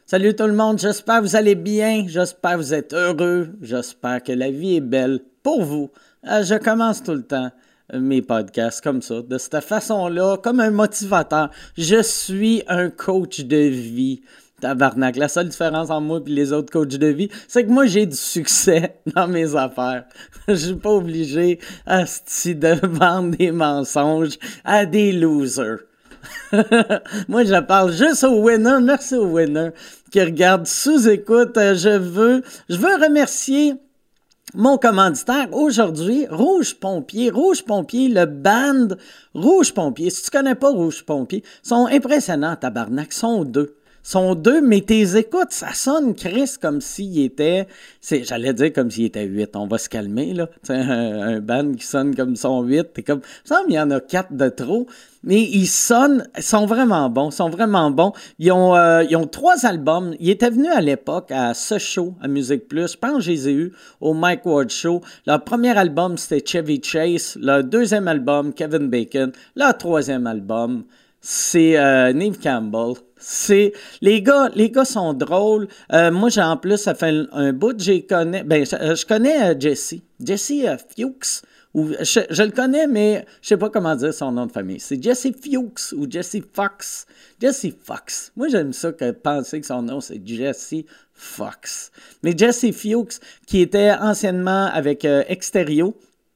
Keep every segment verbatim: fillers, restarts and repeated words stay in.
Salut tout le monde, j'espère que vous allez bien, j'espère que vous êtes heureux, j'espère que la vie est belle pour vous. Euh, je commence tout le temps mes podcasts comme ça, de cette façon-là, comme un motivateur. Je suis un coach de vie. Tabarnak. La seule différence entre moi et les autres coachs de vie, c'est que moi, j'ai du succès dans mes affaires. Je suis pas obligé asti, de vendre des mensonges à des losers. Moi, je parle juste aux winners. Merci aux winners qui regardent sous-écoute. Je veux, je veux remercier mon commanditaire aujourd'hui, Rouge Pompier. Rouge Pompier, le band Rouge Pompier. Si tu connais pas Rouge Pompier, ils sont impressionnants, tabarnak. Ils sont deux. Ils sont deux, mais tes écoutes, ça sonne, Chris, comme s'il était... C'est, j'allais dire comme s'il était huit. On va se calmer, là. Tu sais, un, un band qui sonne comme ils sont huit. T'es comme... Il me semble qu'il y en a quatre de trop. Mais ils sonnent... Ils sont vraiment bons. Ils sont vraiment bons. Ils ont, euh, ils ont trois albums. Ils étaient venus à l'époque à ce show, à Musique Plus. Je pense que je les ai eus au Mike Ward Show. Leur premier album, c'était Chevy Chase. Leur deuxième album, Kevin Bacon. Leur troisième album, c'est euh, Neve Campbell. C'est les gars, les gars sont drôles. Euh, moi, j'ai en plus, ça fait un, un bout que je connais. Ben, je, je connais euh, Jesse, Jesse euh, Fuchs. Ou je, je le connais, mais je sais pas comment dire son nom de famille. C'est Jesse Fuchs ou Jesse Fox. Jesse Fox. Moi, j'aime ça que penser que son nom c'est Jesse Fox. Mais Jesse Fuchs, qui était anciennement avec euh, Exterio.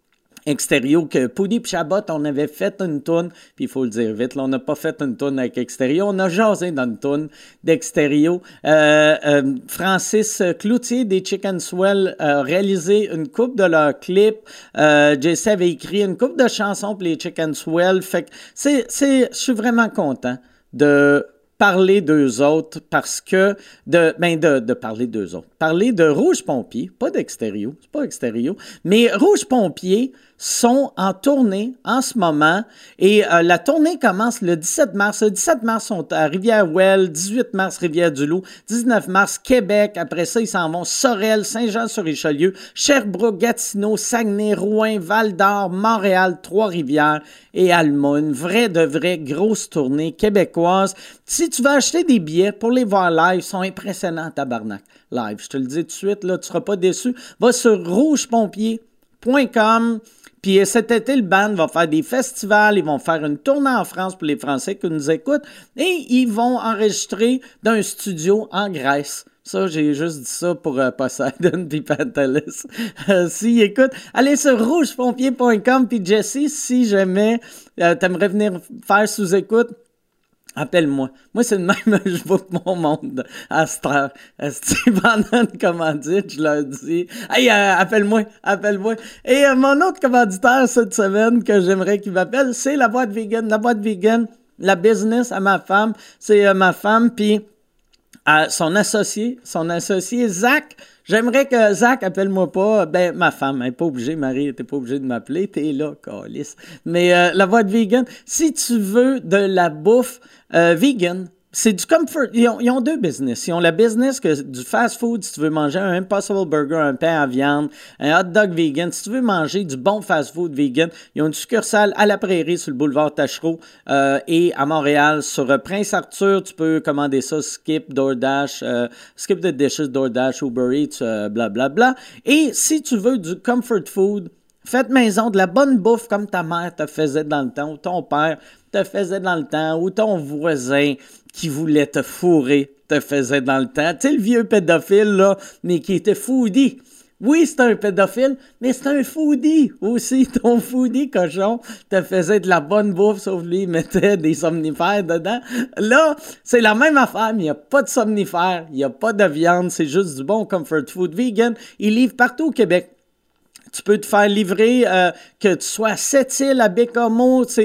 Exterio, que Poudy et Chabot, on avait fait une toune, puis il faut le dire vite, là, on n'a pas fait une toune avec Exterio, on a jasé dans une toune d'Exterio. Euh, euh, Francis Cloutier des Chicken Swell a réalisé une couple de leurs clips. Euh, Jesse avait écrit une couple de chansons pour les Chicken Swell. Fait que c'est, c'est, je suis vraiment content de parler d'eux autres parce que, de, ben de, de parler d'eux autres. Parler de Rouge Pompier, pas d'Exterio, c'est pas Exterio, mais Rouge Pompier sont en tournée en ce moment et euh, la tournée commence le dix-sept mars. Le dix-sept mars, ils sont à Rivière-Ouelle, dix-huit mars, Rivière-du-Loup, dix-neuf mars, Québec. Après ça, ils s'en vont Sorel, Saint-Jean-sur-Richelieu, Sherbrooke, Gatineau, Saguenay, Rouyn, Val-d'Or, Montréal, Trois-Rivières et Alma. Une vraie de vraie grosse tournée québécoise. Si tu veux acheter des billets pour les voir live, ils sont impressionnants, tabarnak. Live, je te le dis tout de suite, là, tu ne seras pas déçu. Va sur rouge pompier point com. Puis cet été, le band va faire des festivals, ils vont faire une tournée en France pour les Français qui nous écoutent et ils vont enregistrer dans un studio en Grèce. Ça, j'ai juste dit ça pour euh, Poseidon puis Pantelis. Euh, si, écoute, allez sur rouge pompier point com puis Jesse, si jamais euh, t'aimerais venir faire sous-écoute, appelle-moi. Moi, c'est le même, je book mon monde à cette heure. Pendant une commandite, je leur dis « Hey, euh, appelle-moi, appelle-moi. » Et euh, mon autre commanditaire cette semaine que j'aimerais qu'il m'appelle, c'est la boîte vegan. La boîte vegan, la business à ma femme, c'est euh, ma femme, puis euh, son associé, son associé Zach. J'aimerais que Zach, appelle-moi pas, ben, ma femme, elle n'est pas obligée, Marie, t'es pas obligée de m'appeler, t'es là, câlisse. Mais euh, la boîte vegan, si tu veux de la bouffe euh, vegan, c'est du comfort. Ils ont, ils ont deux business. Ils ont la business que du fast food, si tu veux manger un Impossible Burger, un pain à viande, un hot dog vegan. Si tu veux manger du bon fast food vegan, ils ont une succursale à la Prairie sur le boulevard Tachereau euh, et à Montréal sur euh, Prince Arthur. Tu peux commander ça, Skip, DoorDash, euh, Skip the Dishes, DoorDash, Uber Eats, euh, blablabla. Bla, bla. Et si tu veux du comfort food, faites maison, de la bonne bouffe comme ta mère te faisait dans le temps, ou ton père te faisait dans le temps, ou ton voisin qui voulait te fourrer te faisait dans le temps. Tu sais, le vieux pédophile, là, mais qui était foodie. Oui, c'est un pédophile, mais c'est un foodie aussi. Ton foodie cochon te faisait de la bonne bouffe, sauf lui, il mettait des somnifères dedans. Là, c'est la même affaire, mais il n'y a pas de somnifères, il n'y a pas de viande, c'est juste du bon comfort food vegan. Ils livrent partout au Québec. Tu peux te faire livrer, euh, que tu sois à Sept-Îles, à Bécomo, tu sais,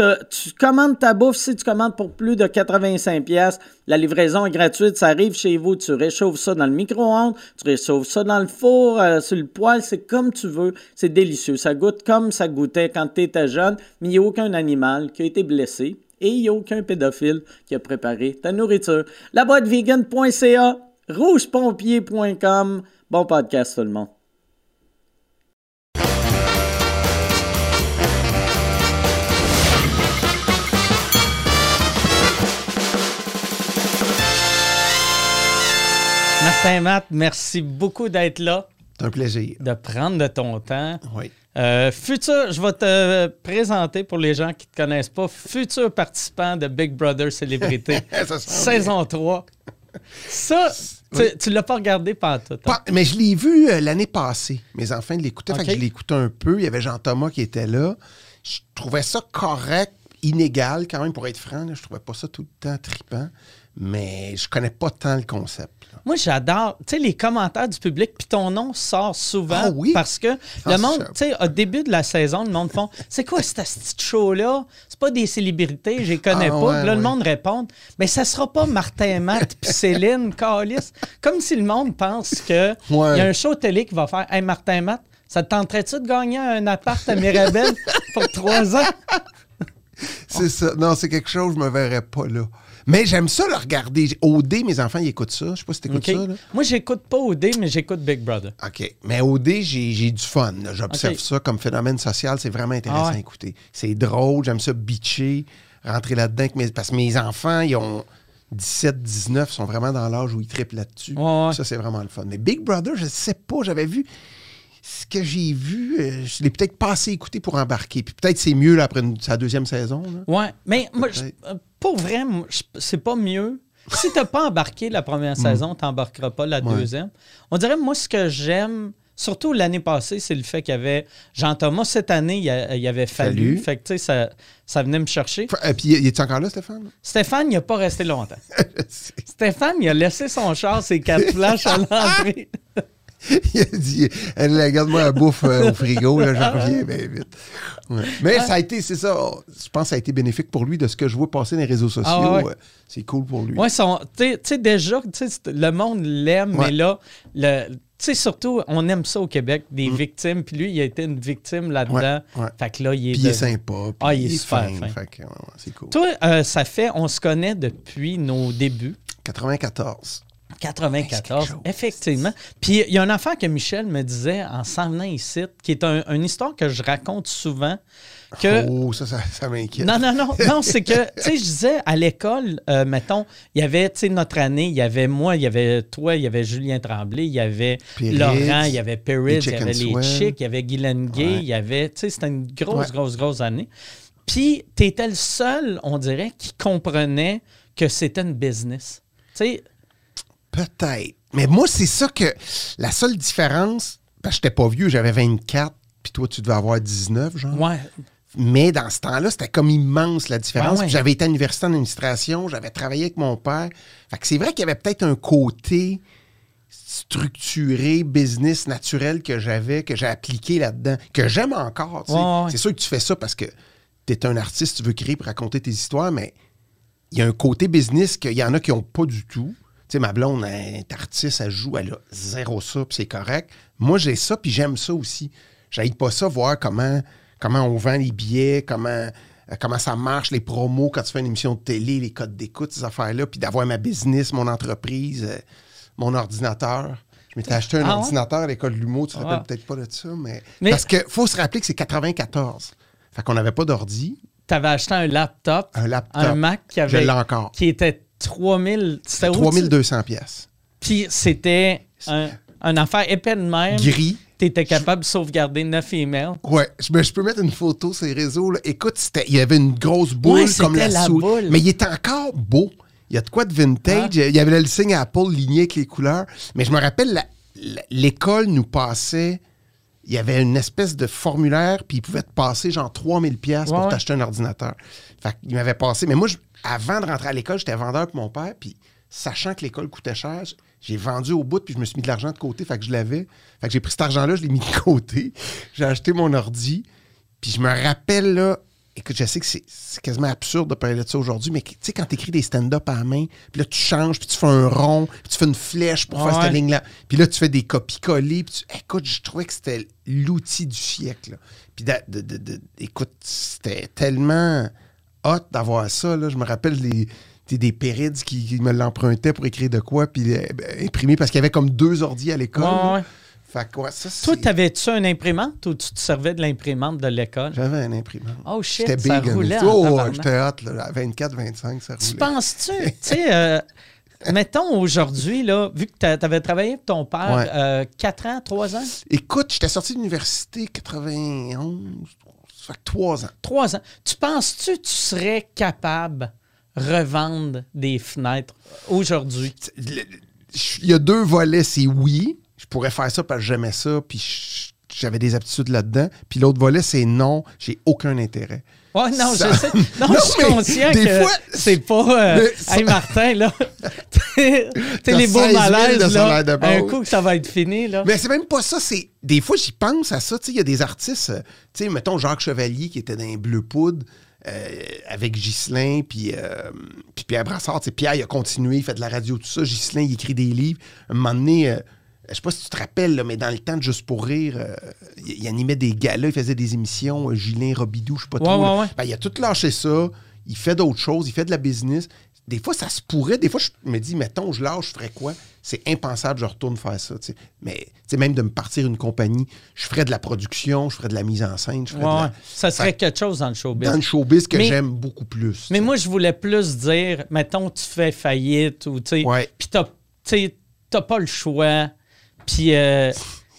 tu commandes ta bouffe, si tu commandes pour plus de quatre-vingt-cinq dollars, la livraison est gratuite, ça arrive chez vous, tu réchauffes ça dans le micro-ondes, tu réchauffes ça dans le four, euh, sur le poêle, c'est comme tu veux, c'est délicieux. Ça goûte comme ça goûtait quand tu étais jeune, mais il n'y a aucun animal qui a été blessé et il n'y a aucun pédophile qui a préparé ta nourriture. La boîte vegan point c a, rouge pompier point com, bon podcast tout le monde. Martin Matt, merci beaucoup d'être là. C'est un plaisir. De prendre de ton temps. Oui. Euh, futur, je vais te présenter pour les gens qui ne te connaissent pas, futur participant de Big Brother Célébrité, saison trois. Ça, oui. tu ne l'as pas regardé pantoute. Hein? Pas, mais je l'ai vu euh, l'année passée. Mes enfants l'écoutaient, okay. Fait que je l'écoutais un peu. Il y avait Jean-Thomas qui était là. Je trouvais ça correct, inégal quand même, pour être franc. Là. Je trouvais pas ça tout le temps trippant. Mais je connais pas tant le concept. Là. Moi, j'adore, tu sais, les commentaires du public, puis ton nom sort souvent. Ah oui? Parce que ah, le monde, tu sais, au début de la saison, le monde font « C'est quoi cette petite show-là? C'est pas des célébrités, je les connais ah, pas. Ouais, » Puis là, ouais. le monde répond « Mais ça sera pas Martin Matt puis Céline, Callis. » Comme si le monde pense qu'il ouais. y a un show télé qui va faire « Hey, Martin Matt, ça te tenterait-tu de gagner un appart à Mirabel pour trois ans? » C'est ça. Non, c'est quelque chose, je me verrais pas là. Mais j'aime ça le regarder. O D, mes enfants, ils écoutent ça. Je sais pas si tu écoutes okay. ça. Là. Moi, j'écoute pas O D, mais j'écoute Big Brother. OK. Mais O D, j'ai, j'ai du fun. Là. J'observe okay. ça comme phénomène social. C'est vraiment intéressant ah ouais. à écouter. C'est drôle. J'aime ça bitcher, rentrer là-dedans. Mes... Parce que mes enfants, ils ont dix-sept, dix-neuf, sont vraiment dans l'âge où ils trippent là-dessus. Ah ouais. Ça, c'est vraiment le fun. Mais Big Brother, je sais pas. J'avais vu... Ce que j'ai vu, euh, je l'ai peut-être pas assez écouté pour embarquer. Puis peut-être c'est mieux là, après une, sa deuxième saison. Là. Ouais, mais moi, je, pour vrai, moi, je, c'est pas mieux. Si t'as pas embarqué la première saison, t'embarqueras pas la ouais. deuxième. On dirait, moi, ce que j'aime, surtout l'année passée, c'est le fait qu'il y avait Jean-Thomas. Cette année, il y, a, il y avait fallu. Fait que, tu sais, ça, ça venait me chercher. Et puis, il est encore là, Stéphane? Stéphane, il n'a pas resté longtemps. Stéphane, il a laissé son char, ses quatre flashs à l'entrée. Il a dit, regarde-moi la bouffe euh, au frigo, là, j'en reviens bien vite. Ouais. Mais ça a été, c'est ça, je pense que ça a été bénéfique pour lui de ce que je vois passer dans les réseaux sociaux. Ah ouais. C'est cool pour lui. Oui, tu sais, déjà, le monde l'aime, ouais. mais là, tu sais, surtout, on aime ça au Québec, des mm. victimes, puis lui, il a été une victime là-dedans. Ouais, ouais. Fait que là, il est... Puis il est sympa. Ah, il est super fin. Fait que, ouais, c'est cool. Toi, euh, ça fait, on se connaît depuis nos débuts. quatre-vingt-quatorze. quatre-vingt-quatorze, effectivement. Puis il y a une affaire que Michel me disait en s'en venant ici, qui est un, une histoire que je raconte souvent. Que... Oh, ça, ça, ça m'inquiète. Non, non, non. Non, c'est que, tu sais, je disais, à l'école, euh, mettons, il y avait, tu sais, notre année, il y avait moi, il y avait toi, il y avait Julien Tremblay, il y avait Pérez, Laurent, il y avait Perez, il y avait les Swell. Chicks, il y y avait Guylaine Gay, ouais. il y avait, tu sais, c'était une grosse, ouais. grosse, grosse année. Puis, tu étais le seul, on dirait, qui comprenait que c'était une business. Tu sais, peut-être. Mais moi, c'est ça que... La seule différence... Parce que j'étais pas vieux, j'avais vingt-quatre, puis toi, tu devais avoir dix-neuf, genre. Ouais. Mais dans ce temps-là, c'était comme immense, la différence. Ouais, ouais. J'avais été à l'université en administration, j'avais travaillé avec mon père. Fait que c'est vrai qu'il y avait peut-être un côté structuré, business, naturel que j'avais, que j'ai appliqué là-dedans, que j'aime encore, tu sais. Ouais, ouais. C'est sûr que tu fais ça parce que t'es un artiste, tu veux créer pour raconter tes histoires, mais il y a un côté business qu'il y en a qui n'ont pas du tout. Tu sais, ma blonde, elle est artiste, elle joue, elle a zéro ça, puis c'est correct. Moi, j'ai ça, puis j'aime ça aussi. J'aille pas ça, voir comment, comment on vend les billets, comment, euh, comment ça marche, les promos, quand tu fais une émission de télé, les codes d'écoute, ces affaires-là, puis d'avoir ma business, mon entreprise, euh, mon ordinateur. Je m'étais acheté un ah, ordinateur ouais? à l'école de l'humour, tu te rappelles ah. peut-être pas de ça, mais... mais... Parce qu'il faut se rappeler que c'est quatre-vingt-quatorze. Fait qu'on n'avait pas d'ordi. Tu avais acheté un laptop, un laptop, un Mac qui avait... Je l'ai encore. Qui était trois mille... C'était trois mille deux cents pièces. Puis c'était un, une affaire épais de même. Gris. Tu étais capable de sauvegarder neuf emails. Ouais. Je, ben, je peux mettre une photo sur les réseaux. Là. Écoute, il y avait une grosse boule ouais, comme la, la souris. Boule. Mais il était encore beau. Il y a de quoi de vintage. Ah. Il y avait le signe Apple ligné avec les couleurs. Mais je me rappelle, la, la, l'école nous passait... Il y avait une espèce de formulaire, puis il pouvait te passer genre trois mille pièces pour ouais. t'acheter un ordinateur. Fait qu'il m'avait passé. Mais moi, je, avant de rentrer à l'école, j'étais vendeur pour mon père, puis sachant que l'école coûtait cher, j'ai vendu au bout, puis je me suis mis de l'argent de côté, fait que je l'avais. Fait que j'ai pris cet argent-là, je l'ai mis de côté. J'ai acheté mon ordi, puis je me rappelle, là, écoute, je sais que c'est, c'est quasiment absurde de parler de ça aujourd'hui, mais tu sais, quand tu écris des stand-up à la main, puis là, tu changes, puis tu fais un rond, puis tu fais une flèche pour ouais. faire cette ligne-là, puis là, tu fais des copies-collées, puis tu... écoute, je trouvais que c'était l'outil du siècle. Là. Puis, de, de, de, de, écoute, c'était tellement hot d'avoir ça, là. Je me rappelle les... des pérides qui, qui me l'empruntaient pour écrire de quoi, puis euh, imprimer, parce qu'il y avait comme deux ordi à l'école. Ouais, ouais. Fait que, ouais, ça, c'est... Toi, t'avais-tu une imprimante ou tu te servais de l'imprimante de l'école? J'avais une imprimante. Oh shit, j'étais ça big, roulait. Oh, j'étais hot, là, à vingt-quatre vingt-cinq, ça roulait. Tu penses-tu, tu sais, euh, mettons aujourd'hui, là, vu que tu avais travaillé pour ton père Ouais. euh, quatre ans, trois ans? Écoute, j'étais sorti de l'université quatre-vingt-onze, ça fait trois ans. trois ans. Tu penses-tu que tu serais capable de revendre des fenêtres aujourd'hui? Le- Il y a deux volets, c'est oui, je pourrais faire ça parce que j'aimais ça, puis je- j'avais des aptitudes là-dedans. Puis l'autre volet, c'est non, j'ai aucun intérêt. Ouais, non, Ça- je sais. Non, Non, je suis mais conscient des que fois- c'est pas... euh, Mais ça- Hey, Martin, là, t'es t'es T'as les beaux seize mille de malaises, salaire de là. base. Un coup que ça va être fini, là. Mais c'est même pas ça, c'est... Des fois, j'y pense à ça, tu sais, il y a des artistes, euh, tu sais, mettons Jacques Chevalier qui était dans les Bleu Poudre, euh, avec Ghislain, puis, euh, puis Pierre Brassard, tu sais, Pierre, il a continué, il fait de la radio, tout ça, Ghislain, il écrit des livres. Un moment donné, euh, je sais pas si tu te rappelles, là, mais dans le temps de Juste pour rire, euh, il, il animait des galas, il faisait des émissions, euh, Ghislain, Robidoux, je sais pas Ouais, trop. ouais, là. ouais. Ben, il a tout lâché ça, il fait d'autres choses, il fait de la business. Des fois, ça se pourrait. Des fois, je me dis, mettons, je lâche, je ferais quoi? C'est impensable, je retourne faire ça. T'sais. Mais t'sais, même de me partir une compagnie, je ferais de la production, je ferais de la mise en scène. Je ferais Ouais, de la... ouais. Ça serait Fait- quelque chose dans le showbiz. Dans le showbiz que Mais- j'aime beaucoup plus. Mais t'sais. moi, je voulais plus dire, mettons, tu fais faillite ou, tu sais, Ouais. puis t'as, tu sais, t'as pas le choix, puis euh,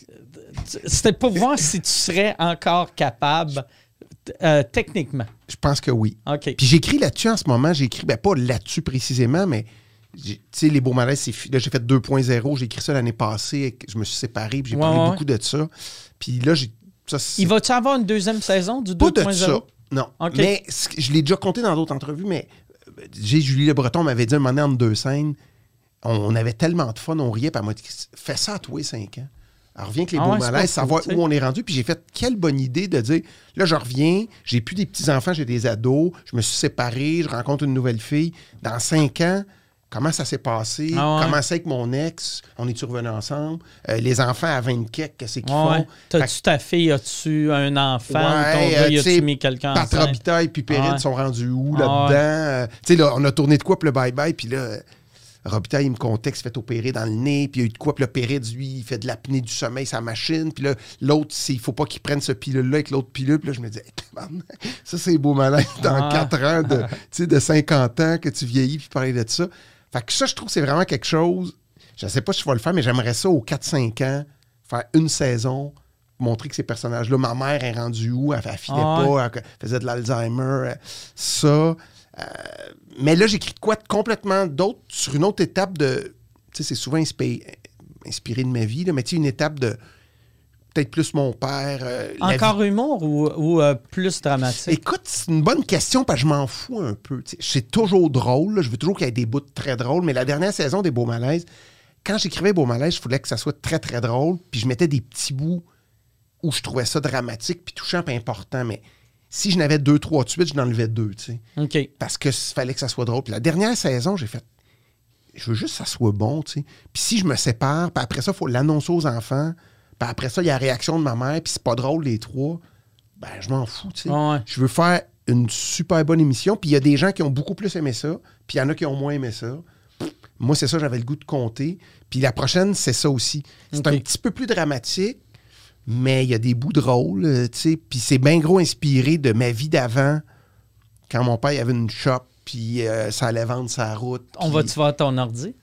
c'était pour voir si tu serais encore capable euh, techniquement. Je pense que oui. OK. Puis j'écris là-dessus en ce moment. J'écris, ben pas là-dessus précisément, mais j'ai- tu sais, Les Beaux Malaises, c'est fi- là, j'ai fait deux point zéro. J'ai écrit ça l'année passée. Je me suis séparé, puis j'ai Ouais, parlé ouais. beaucoup de ça. Puis là, j'ai. Ça, c'est Il va-tu avoir une deuxième saison du pas deux de point ça. zéro? Non. OK. Mais ce que- je l'ai déjà compté dans d'autres entrevues, mais euh, j'ai Julie Le Breton m'avait dit un moment donné entre deux scènes, on, on avait tellement de fun, on riait, puis elle m'a dit fais ça à tous les cinq ans. Alors, reviens que les Ah Beaux ouais, c'est Malaises, pas savoir fou, tu sais. où on est rendu. Puis j'ai fait quelle bonne idée de dire là, je reviens, j'ai plus des petits-enfants, j'ai des ados, je me suis séparé, je rencontre une nouvelle fille. Dans cinq ans, comment ça s'est passé? Ah ouais. Comment c'est avec mon ex? On est-tu revenus ensemble? Euh, les enfants à vingt quelques, qu'est-ce qu'ils Ouais, ouais. font? T'as-tu ta fille, as-tu un enfant, ou ton Ouais, gars, euh, y tu a-tu sais, mis quelqu'un Pat enceinte? Robitaille puis Péride Ah ouais. sont rendus où Ah là-dedans? ouais. Euh, tu sais, là, on a tourné de quoi, puis le bye-bye, puis là, euh, Robitaille, il me contait qu'il se fait opérer dans le nez, puis il y a eu de quoi, puis le Péride, lui, il fait de l'apnée du sommeil, sa machine, puis là, l'autre, c'est- il faut pas qu'il prenne ce pilule-là avec l'autre pilule, puis là, je me disais, hey, tabarnak, ça, c'est beau malin dans Ah. quatre ans, de, tu sais, de cinquante ans, que tu vieillis, puis parler de ça. Fait que ça, je trouve que c'est vraiment quelque chose, je sais pas si je vais le faire, mais j'aimerais ça aux quatre cinq ans, faire une saison, montrer que ces personnages-là, ma mère est rendue où, elle, elle filait Ah ouais. pas, elle faisait de l'Alzheimer, euh, ça. Euh, mais là, j'écris de quoi de complètement d'autre, sur une autre étape de... Tu sais, c'est souvent inspi- inspiré de ma vie, là, mais tu sais, une étape de peut-être plus mon père. euh, la Encore humour ou, ou euh, plus dramatique? Écoute, c'est une bonne question parce que je m'en fous un peu. tu sais. C'est toujours drôle. là. Je veux toujours qu'il y ait des bouts très drôles. Mais la dernière saison des Beaux Malaises, quand j'écrivais Beaux Malaises, je voulais que ça soit très, très drôle. Puis je mettais des petits bouts où je trouvais ça dramatique, puis touchant, puis important. Mais si je n'avais deux, trois de suite, je n'enlevais deux, tu sais. OK. Parce que fallait que ça soit drôle. Puis la dernière saison, j'ai fait... Je veux juste que ça soit bon, tu sais. Puis si je me sépare, puis après ça, il faut l'annoncer aux enfants. Puis après ça, il y a la réaction de ma mère, puis c'est pas drôle, les trois. Ben, je m'en fous, tu sais. Ouais. Je veux faire une super bonne émission, puis il y a des gens qui ont beaucoup plus aimé ça, puis il y en a qui ont moins aimé ça. Moi, c'est ça, j'avais le goût de compter. Puis la prochaine, c'est ça aussi. C'est OK. un petit peu plus dramatique, mais il y a des bouts drôles, euh, tu sais. Puis c'est bien gros inspiré de ma vie d'avant, quand mon père il avait une shop, puis euh, ça allait vendre sa route. On puis, va-tu voir ton ordi?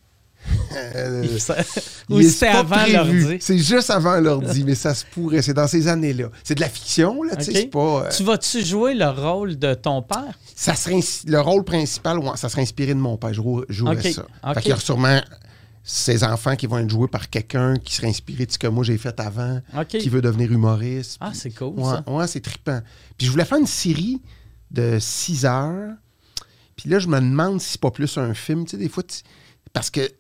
euh, Il- ça- il Ou est c'était pas avant prévu. l'ordi? C'est juste avant l'ordi, mais ça se pourrait. C'est dans ces années-là. C'est de la fiction, là, tu sais. OK. C'est pas... euh, Tu vas-tu jouer le rôle de ton père? ça serait ins- le rôle principal, ouais, ça serait inspiré de mon père. Je jou- jouerais OK. ça. OK. Fait qu'il y a sûrement ses enfants qui vont être joués par quelqu'un qui serait inspiré de ce que moi j'ai fait avant, OK. qui veut devenir humoriste. Ah, c'est cool, Ouais, ça. ouais, c'est trippant. Puis je voulais faire une série de six heures. Puis là, je me demande si c'est pas plus un film. Tu sais, des fois, tu- parce que, tu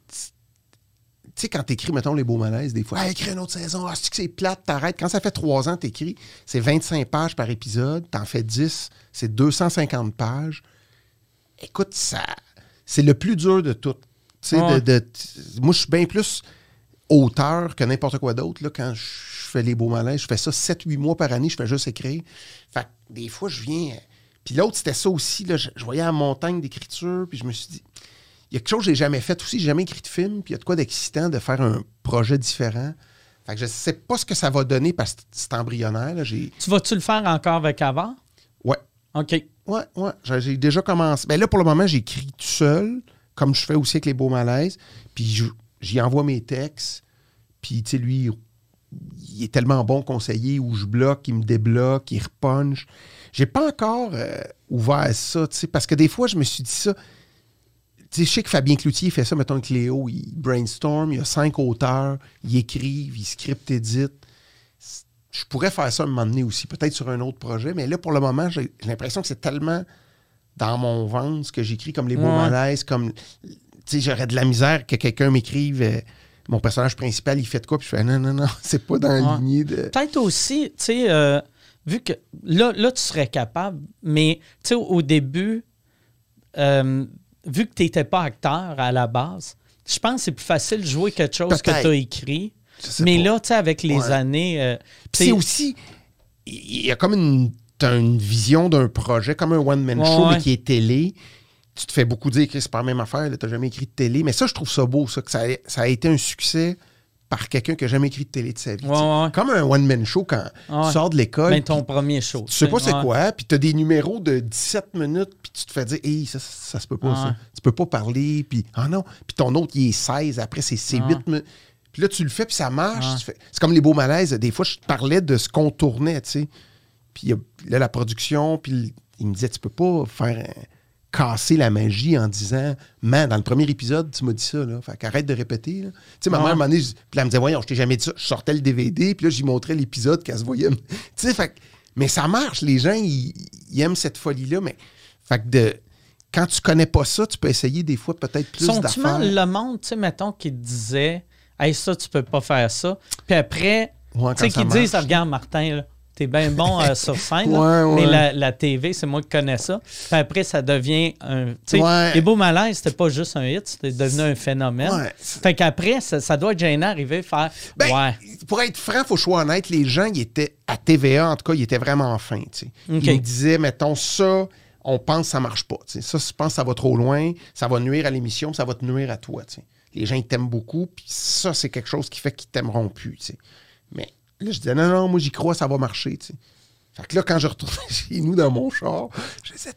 sais, quand t'écris, mettons, Les Beaux Malaises, des fois, ah, écris une autre saison, ah, c'est que c'est plate, t'arrêtes. Quand ça fait trois ans, t'écris, c'est vingt-cinq pages par épisode, t'en fais dix, c'est deux cent cinquante pages. Écoute, ça, c'est le plus dur de tout. Tu sais, Ouais. de, de- moi, je suis bien plus auteur que n'importe quoi d'autre. Là, quand je fais Les Beaux Malaises, je fais ça sept huit mois par année, je fais juste écrire. Fait que des fois, je viens... Puis l'autre, c'était ça aussi. Là, je, je voyais la montagne d'écriture, puis je me suis dit, il y a quelque chose que j'ai jamais fait aussi. J'ai jamais écrit de film, puis il y a de quoi d'excitant de faire un projet différent. Fait que je sais pas ce que ça va donner parce que c'est embryonnaire. Là. J'ai... Tu vas-tu le faire encore avec Avard? Ouais. OK. Ouais, ouais. J'ai, j'ai déjà commencé. Ben là, pour le moment, j'écris tout seul. comme je fais aussi avec les beaux malaises. Puis je, j'y envoie mes textes. Puis, tu sais, lui, il est tellement bon conseiller où je bloque, il me débloque, il repunch. J'ai pas encore euh, ouvert ça, tu sais, parce que des fois, je me suis dit ça. Tu sais, je sais que Fabien Cloutier fait ça, mettons, avec Léo, il brainstorm, il y a cinq auteurs, il écrivent, il script édite. Je pourrais faire ça à un moment donné aussi, peut-être sur un autre projet, mais là, pour le moment, j'ai, j'ai l'impression que c'est tellement dans mon ventre ce que j'écris, comme les beaux ouais. malaises, comme, tu sais, j'aurais de la misère que quelqu'un m'écrive... Euh, mon personnage principal, il fait de quoi? Puis je fais non, non, non, c'est pas dans la ouais. lignée de... Peut-être aussi, tu sais, euh, vu que là, là, tu serais capable, mais tu sais, au, au début, euh, vu que tu n'étais pas acteur à la base, je pense que c'est plus facile de jouer quelque chose Peut-être. que tu as écrit. Mais pas. là, tu sais, avec les ouais. années... Euh, c'est aussi... Il y a comme une, t'as une vision d'un projet, comme un one-man ouais, show, ouais. mais qui est télé. Tu te fais beaucoup dire que c'est pas la même affaire, tu n'as jamais écrit de télé. Mais ça, je trouve ça beau, ça, que ça a, ça a été un succès par quelqu'un qui n'a jamais écrit de télé de sa vie. Ouais, ouais. Comme un one-man show quand ouais. tu sors de l'école. Ben, ton premier show. Tu sais pas c'est ouais. quoi, puis tu as des numéros de dix-sept minutes, puis tu te fais dire, hey, ça, ça, ça se peut pas, ouais. ça. Tu peux pas parler, puis ah non. Puis ton autre, il est seize, après, c'est, c'est ouais. huit minutes. Puis là, tu le fais, puis ça marche. Ouais. Tu fais... C'est comme les beaux malaises. Des fois, je te parlais de ce qu'on tournait, tu sais. Puis là, la production, puis il me disait, tu peux pas faire. Un... casser la magie en disant « Man, dans le premier épisode, tu m'as dit ça, là. Fait qu'arrête de répéter, là. » Tu sais, ma ouais. mère, à un moment donné, puis elle me disait « Voyons, je t'ai jamais dit ça. » Je sortais le D V D, puis là, j'y montrais l'épisode qu'elle se voyait. Tu sais, fait mais ça marche. Les gens, ils, ils aiment cette folie-là, mais fait que de... quand tu connais pas ça, tu peux essayer des fois peut-être plus Sont-tu d'affaires. mal le monde, tu sais, mettons, qui te disait « Hey, ça, tu peux pas faire ça. » Puis après, ouais, tu sais, qui disent « Regarde, Martin, là. T'es bien bon euh, sur scène, là, ouais, ouais. mais la, la T V, c'est moi qui connais ça. Puis après, ça devient un... Tu sais, ouais. Les beaux malaises, c'était pas juste un hit, c'était devenu un phénomène. Ouais. Fait qu'après, ça, ça doit être gênant d'arriver à faire... Ben, ouais. Pour être franc, il faut choisir honnête, les gens, ils étaient, à T V A, en tout cas, ils étaient vraiment fins. Okay. Ils me disaient, mettons, ça, on pense que ça marche pas. T'sais. Ça, je pense que ça va trop loin, ça va nuire à l'émission, ça va te nuire à toi. T'sais. Les gens, ils t'aiment beaucoup, puis ça, c'est quelque chose qui fait qu'ils t'aimeront plus. T'sais. Mais... Là, je disais, non, non, moi, j'y crois, ça va marcher, tu sais. Fait que là, quand je retournais chez nous dans mon char, je disais,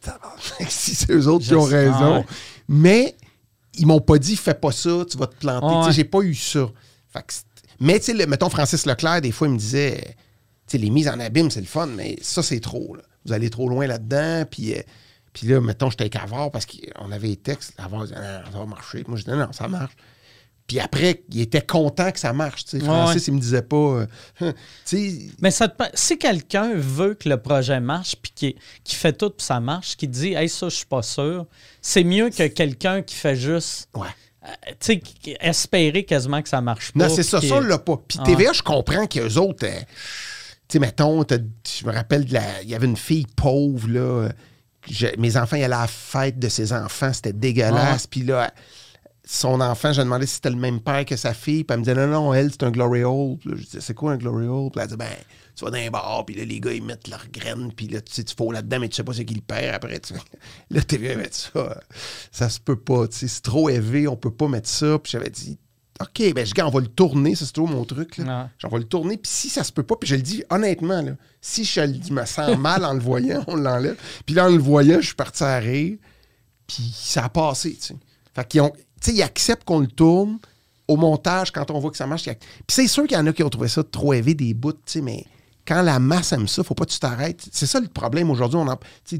si c'est eux autres qui ont raison. Ouais. Mais ils m'ont pas dit, fais pas ça, tu vas te planter. Ouais. Tu sais, j'ai pas eu ça. Fait que mais, tu sais, mettons, Francis Leclerc, des fois, il me disait, tu sais, les mises en abîme, c'est le fun, mais ça, c'est trop, là. Vous allez trop loin là-dedans, puis... Euh, puis là, mettons, j'étais avec Avard parce qu'on avait les textes. Avard disait, non, ça va marcher. Moi, je disais, non, ça marche. Puis après, il était content que ça marche. T'sais. Francis, ouais. il me disait pas... Euh, mais ça te... si quelqu'un veut que le projet marche puis qui, qui fait tout puis ça marche, qui dit « Hey, ça, je suis pas sûr », c'est mieux que quelqu'un qui fait juste... Ouais. Euh, tu sais, espérer quasiment que ça marche pas. Non, c'est ça. Ça, on l'a pas. Puis ah. T V A, je comprends qu'eux autres... Euh, tu sais, mettons, je me rappelle, il y avait une fille pauvre, là. Je, mes enfants, ils allaient à la fête de ses enfants. C'était dégueulasse. Ah. Puis là... Son enfant, j'ai demandé si c'était le même père que sa fille. Puis elle me disait, non, non, elle, c'est un glory hole. Puis là, je disais, c'est quoi un glory hole? Puis elle disait, ben, tu vas dans un bar, puis là, les gars, ils mettent leurs graines, puis là, tu sais, tu fous là-dedans, mais tu sais pas c'est qui le père après. Tu... Là, t'es venu mettre ça. Ça se peut pas, tu sais, c'est trop élevé, on peut pas mettre ça. Puis j'avais dit, OK, ben, je dis, on va le tourner, ça, c'est toujours mon truc, là. On va le tourner, puis si ça se peut pas, puis je le dis honnêtement, là, si je, je me sens mal en le voyant, on l'enlève. Puis là, en le voyant, je suis parti à rire, puis ça a passé, tu sais. Fait qu'ils ont. Tu sais, ils acceptent qu'on le tourne au montage quand on voit que ça marche. Puis c'est sûr qu'il y en a qui ont trouvé ça trop élevé des bouts, tu sais, mais quand la masse aime ça, faut pas que tu t'arrêtes. C'est ça le problème aujourd'hui. On en,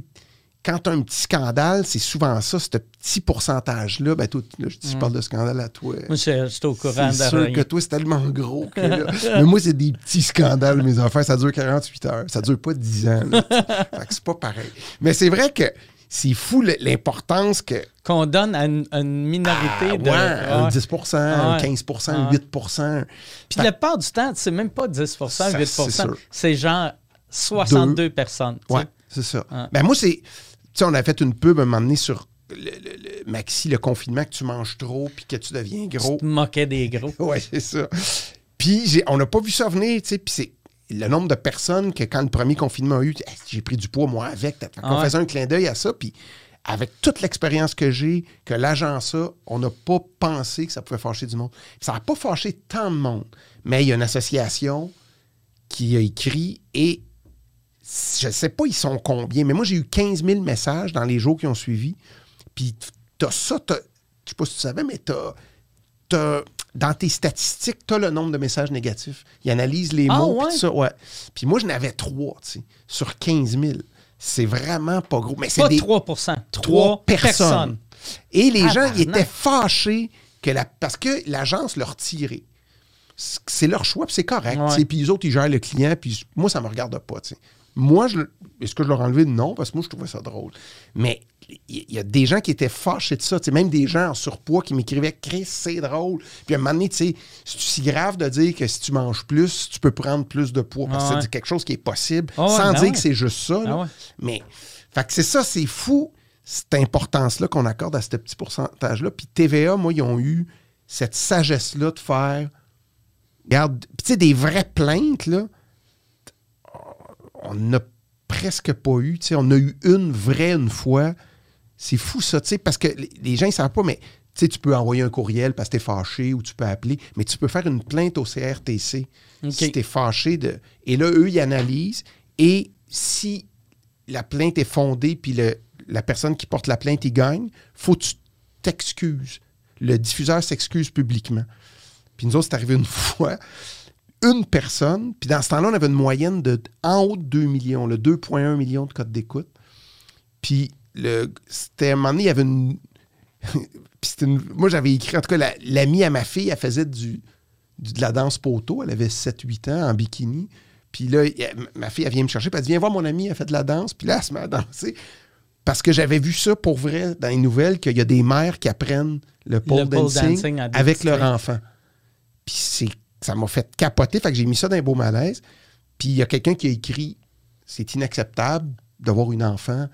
quand tu as un petit scandale, c'est souvent ça, ce petit pourcentage-là. Ben, toi, là, je, je parle de scandale à toi. Moi, je suis au courant de rien. C'est sûr que toi, c'est tellement gros que là. Mais moi, c'est des petits scandales, mes affaires. Ça dure quarante-huit heures. Ça dure pas dix ans. Là, fait que c'est pas pareil. Mais c'est vrai que c'est fou l'importance que... Qu'on donne à une, à une minorité ah, de... Ouais, un dix pour cent, un quinze pour cent, un huit pour cent. Puis la plupart du temps, c'est même pas dix pour cent, ça, huit pour cent. C'est, c'est genre soixante-deux Deux. Personnes. Oui, c'est ça. Ouais. Ben moi, c'est... Tu sais, on a fait une pub à un moment donné sur le, le, le Maxi, le confinement, que tu manges trop puis que tu deviens gros. Tu te moquais des gros. Oui, c'est ça. Puis j'ai, on n'a pas vu ça venir, tu sais, puis c'est... Le nombre de personnes que quand le premier confinement a eu, hey, j'ai pris du poids, moi, avec. Fait qu'on ouais. faisait un clin d'œil à ça. Puis avec toute l'expérience que j'ai, que l'agence a, on n'a pas pensé que ça pouvait fâcher du monde. Ça n'a pas fâché tant de monde. Mais il y a une association qui a écrit et je ne sais pas ils sont combien, mais moi, j'ai eu quinze mille messages dans les jours qui ont suivi. Puis t'as ça, t'as, je sais pas si tu savais, mais t'as, t'as, dans tes statistiques, tu as le nombre de messages négatifs. Ils analysent les ah, mots, ouais? puis tout ça, ouais. Puis moi, je n'avais trois, tu sais, sur quinze mille. C'est vraiment pas gros. Mais c'est pas des, trois pour cent. trois personnes. personnes. Et les ah, gens, bah, ils non. étaient fâchés que la, parce que l'agence leur tirait. C'est leur choix, puis c'est correct. Ouais. Puis les autres, ils gèrent le client, puis moi, ça me regarde pas, tu sais. Moi, je, est-ce que je leur ai enlevé? Non, parce que moi, je trouvais ça drôle. Mais il y, y a des gens qui étaient fâchés de ça. Même des gens en surpoids qui m'écrivaient « Chris, c'est drôle ». Puis à un moment donné, tu sais, c'est si grave de dire que si tu manges plus, tu peux prendre plus de poids. Parce que ah ouais. c'est quelque chose qui est possible, oh sans ouais, dire ouais. que c'est juste ça. Ah ouais. Mais, fait que c'est ça, c'est fou, cette importance-là qu'on accorde à ce petit pourcentage-là. Puis T V A, moi, ils ont eu cette sagesse-là de faire... Regarde, tu sais, des vraies plaintes, là, on n'a presque pas eu. On a eu une vraie une fois. C'est fou, ça, tu sais, parce que les gens, ils ne savent pas, mais tu peux envoyer un courriel parce que tu es fâché ou tu peux appeler, mais tu peux faire une plainte au C R T C okay. si tu es fâché. De... Et là, eux, ils analysent. Et si la plainte est fondée puis le, la personne qui porte la plainte, il gagne, faut que tu t'excuses. Le diffuseur s'excuse publiquement. Puis nous autres, c'est arrivé une fois, une personne, puis dans ce temps-là, on avait une moyenne de en haut de deux millions, le deux virgule un millions de codes d'écoute. Puis le, c'était à un moment donné, il y avait une... puis c'était une moi, j'avais écrit, en tout cas, la, l'amie à ma fille, elle faisait du, du, de la danse poteau, elle avait sept huit ans, en bikini. Puis là, elle, ma fille, elle vient me chercher, puis elle dit « Viens voir mon amie, elle fait de la danse. » Puis là, elle se met à danser. Parce que j'avais vu ça pour vrai dans les nouvelles, qu'il y a des mères qui apprennent le pole, le dancing, pole dancing avec leur enfant. Puis c'est, ça m'a fait capoter, fait que j'ai mis ça dans un beau malaise. Puis il y a quelqu'un qui a écrit « C'est inacceptable d'avoir une enfant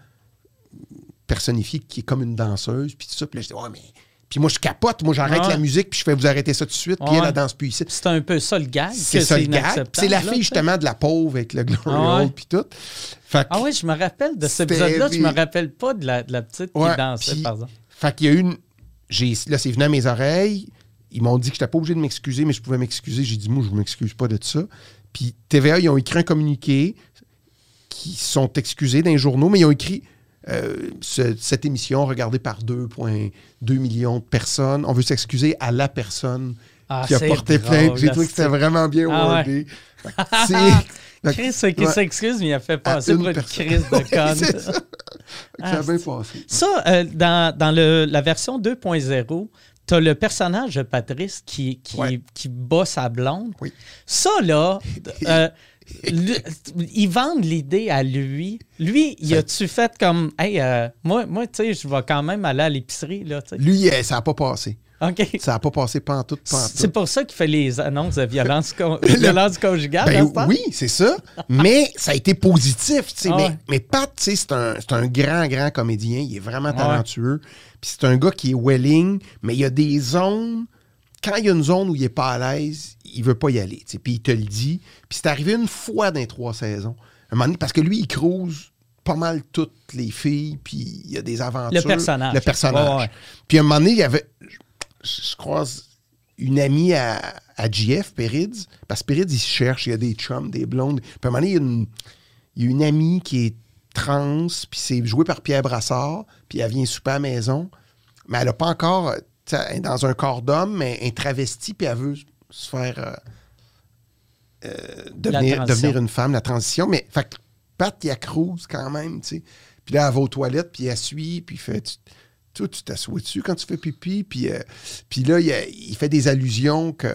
personnifiée qui est comme une danseuse. » Puis tout ça, puis là, je dis « Ouais, mais... » Puis moi, je capote, moi, j'arrête ouais. la musique, puis je fais « Vous arrêtez ça tout de suite. » Puis ouais. elle, elle danse plus ici. C'est un peu ça le gag. C'est ça le gag. C'est la fille, là, justement, de la pauvre avec le glory hole, ouais. puis tout. Fait que, ah oui, je me rappelle de cet épisode-là. Je me rappelle pas de la, de la petite ouais, qui dansait, pis, par exemple. Fait qu'il y a une... J'ai, là, c'est venu à mes oreilles. Ils m'ont dit que je n'étais pas obligé de m'excuser, mais je pouvais m'excuser. J'ai dit, moi, je ne m'excuse pas de ça. Puis T V A, ils ont écrit un communiqué qui sont excusés dans les journaux, mais ils ont écrit euh, ce, cette émission regardée par deux virgule deux millions de personnes. On veut s'excuser à la personne ah, qui a porté plainte. J'ai trouvé que c'était vraiment bien ah, wordé. Ouais. Chris, c'est qui ouais. s'excuse, mais il a fait passer pour une crise de conne. C'est ça. Ah, ça a bien passé. Ça, euh, dans, dans le, la version deux point zéro, tu as le personnage de Patrice qui, qui, ouais. qui bat sa blonde. Oui. Ça, là, euh, lui, ils vendent l'idée à lui. Lui, il a-tu fait comme, hey, euh, moi, moi tu sais, je vais quand même aller à l'épicerie, là, tu sais. Lui, ça n'a pas passé. OK. Ça n'a pas passé pantoute, pantoute. C'est pour ça qu'il fait les annonces de violence, con- violence conjugale. Ben, oui, c'est ça. Mais ça a été positif. Ah mais, ouais. mais Pat, c'est un, c'est un grand, grand comédien. Il est vraiment talentueux. Ouais. Puis c'est un gars qui est willing, mais il y a des zones... Quand il y a une zone où il n'est pas à l'aise, il ne veut pas y aller. Puis il te le dit. Puis c'est arrivé une fois dans les trois saisons. Un moment donné, parce que lui, il cruise pas mal toutes les filles, puis il y a des aventures. Le personnage. Le personnage. Ouais, ouais. Puis à un moment donné, il y avait... Je croise une amie à, à J F, Perids, parce que Perids, il se cherche, il y a des chums, des blondes. Puis à un moment donné, il y a une, il y a une amie qui est trans, puis c'est joué par Pierre Brassard, puis elle vient souper à la maison, mais elle n'a pas encore, elle est dans un corps d'homme, mais elle est travestie, puis elle veut se faire euh, euh, devenir, devenir une femme, la transition. Mais fait que Pat, il accrouse quand même, tu sais. Puis là, elle va aux toilettes, puis elle suit, puis il fait... Tu, Toi, tu t'assois dessus quand tu fais pipi, puis, euh, puis là, il, a, il fait des allusions que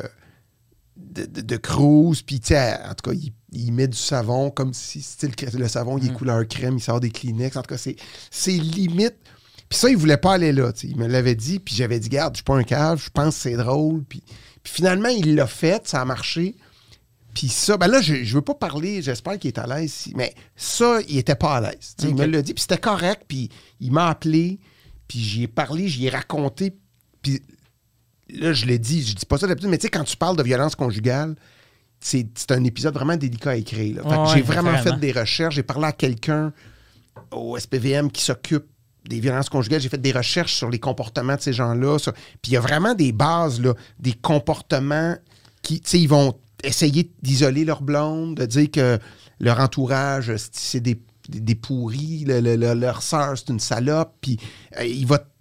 de, de, de cruise, puis tu sais, en tout cas, il, il met du savon comme si c'était le, le savon, il est couleur crème, il sort des Kleenex, en tout cas, c'est, c'est limite. Puis ça, il voulait pas aller là, il me l'avait dit, puis j'avais dit, garde, je suis pas un cave, je pense que c'est drôle, puis, puis finalement, il l'a fait, ça a marché. Puis ça, ben là, je, je veux pas parler, j'espère qu'il est à l'aise, mais ça, il était pas à l'aise. Okay. Il me l'a dit, puis c'était correct, puis il m'a appelé. Puis j'y ai parlé, j'y ai raconté. Puis là, je l'ai dit, je dis pas ça d'habitude, mais tu sais, quand tu parles de violence conjugale, c'est, c'est un épisode vraiment délicat à écrire. Là. Fait que ouais, j'ai vraiment, vraiment fait des recherches. J'ai parlé à quelqu'un au S P V M qui s'occupe des violences conjugales. J'ai fait des recherches sur les comportements de ces gens-là. Sur... Puis il y a vraiment des bases, là, des comportements qui, tu sais, ils vont essayer d'isoler leur blonde, de dire que leur entourage, c'est des... des pourris, le, le, le, leur sœur, c'est une salope, puis euh, il, va te,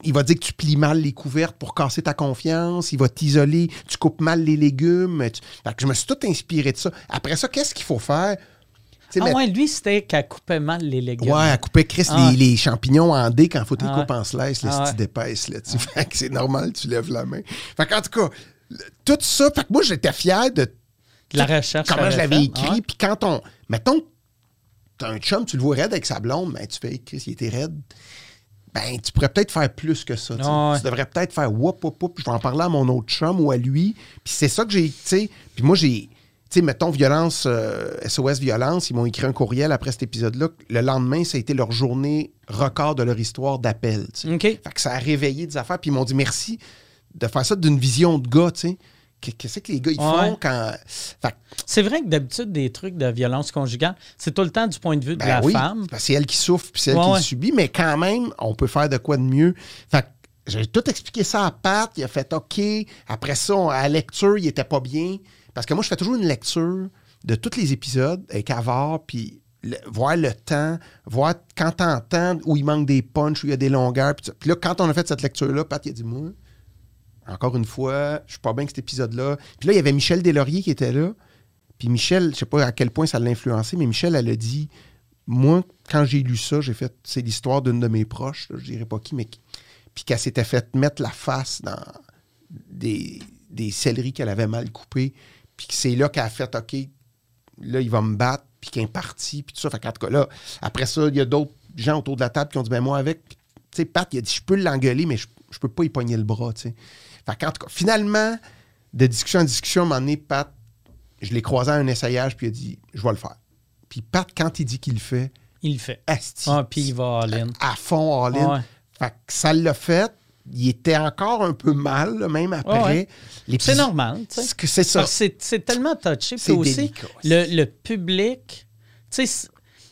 il va dire que tu plies mal les couvertes pour casser ta confiance. Il va t'isoler. Tu coupes mal les légumes. Tu... Fait que je me suis tout inspiré de ça. Après ça, qu'est-ce qu'il faut faire? T'sais, ah mais... ouais, lui, c'était qu'elle coupait mal les légumes. Ouais, elle coupait Chris ah les, les champignons en dés quand il faut que tu ah les coupes en slice, les ah styles ouais. d'épaisse. Là, ah fait que c'est normal, tu lèves la main. Fait qu'en tout cas, tout ça, fait que moi, j'étais fier de... La recherche. Comment je l'avais fait. écrit. Ouais. Puis quand on... Mettons, t'as un chum, tu le vois raide avec sa blonde, ben tu fais, Chris, il était raide. Ben, tu pourrais peut-être faire plus que ça. Oh, ouais. Tu devrais peut-être faire whoop, whoop, whoop. Je vais en parler à mon autre chum ou à lui. Puis c'est ça que j'ai, tu sais. Puis moi, j'ai, tu sais, mettons, violence, euh, S O S Violence, ils m'ont écrit un courriel après cet épisode-là. Le lendemain, ça a été leur journée record de leur histoire d'appel. Okay. Fait que ça a réveillé des affaires. Puis ils m'ont dit merci de faire ça d'une vision de gars, tu sais. Qu'est-ce que les gars ils font ouais. quand. Fait... C'est vrai que d'habitude, des trucs de violence conjugale, c'est tout le temps du point de vue de ben la oui, femme. Parce que c'est elle qui souffre puis c'est elle ouais, qui ouais. le subit, mais quand même, on peut faire de quoi de mieux. Fait que j'ai tout expliqué ça à Pat, il a fait OK. Après ça, on, à la lecture, il était pas bien. Parce que moi, je fais toujours une lecture de tous les épisodes avec Avar, puis le, voir le temps, voir quand t'entends où il manque des punchs, où il y a des longueurs. Puis, puis là, quand on a fait cette lecture-là, Pat, il a dit moi. Encore une fois, je suis pas bien avec cet épisode-là. Puis là, il y avait Michel Deslauriers qui était là. Puis Michel, je sais pas à quel point ça l'a influencé, mais Michel, elle a dit, moi, quand j'ai lu ça, j'ai fait, c'est l'histoire d'une de mes proches, là, je dirais pas qui, mais qui, puis qu'elle s'était fait mettre la face dans des, des céleris qu'elle avait mal coupés, puis que c'est là qu'elle a fait, OK, là, il va me battre, puis qu'elle est partie, puis tout ça. Fait qu'en tout cas, là, après ça, il y a d'autres gens autour de la table qui ont dit, ben moi, avec, tu sais, Pat, il a dit, je peux l'engueuler, mais je, je peux pas y pogner le bras, tu sais. Fait qu'en tout cas, finalement, de discussion en discussion, à un moment donné, Pat, je l'ai croisé à un essayage, puis il a dit, je vais le faire. Puis Pat, quand il dit qu'il le fait, il le fait. Asti, ah, puis il va all-in. À, à fond all-in. Ouais. Fait que ça l'a fait. Il était encore un peu mal, là, même après. Ouais. C'est normal, tu sais. C'est ça. C'est, c'est tellement touché. C'est aussi, délicat. Le, le public, tu sais,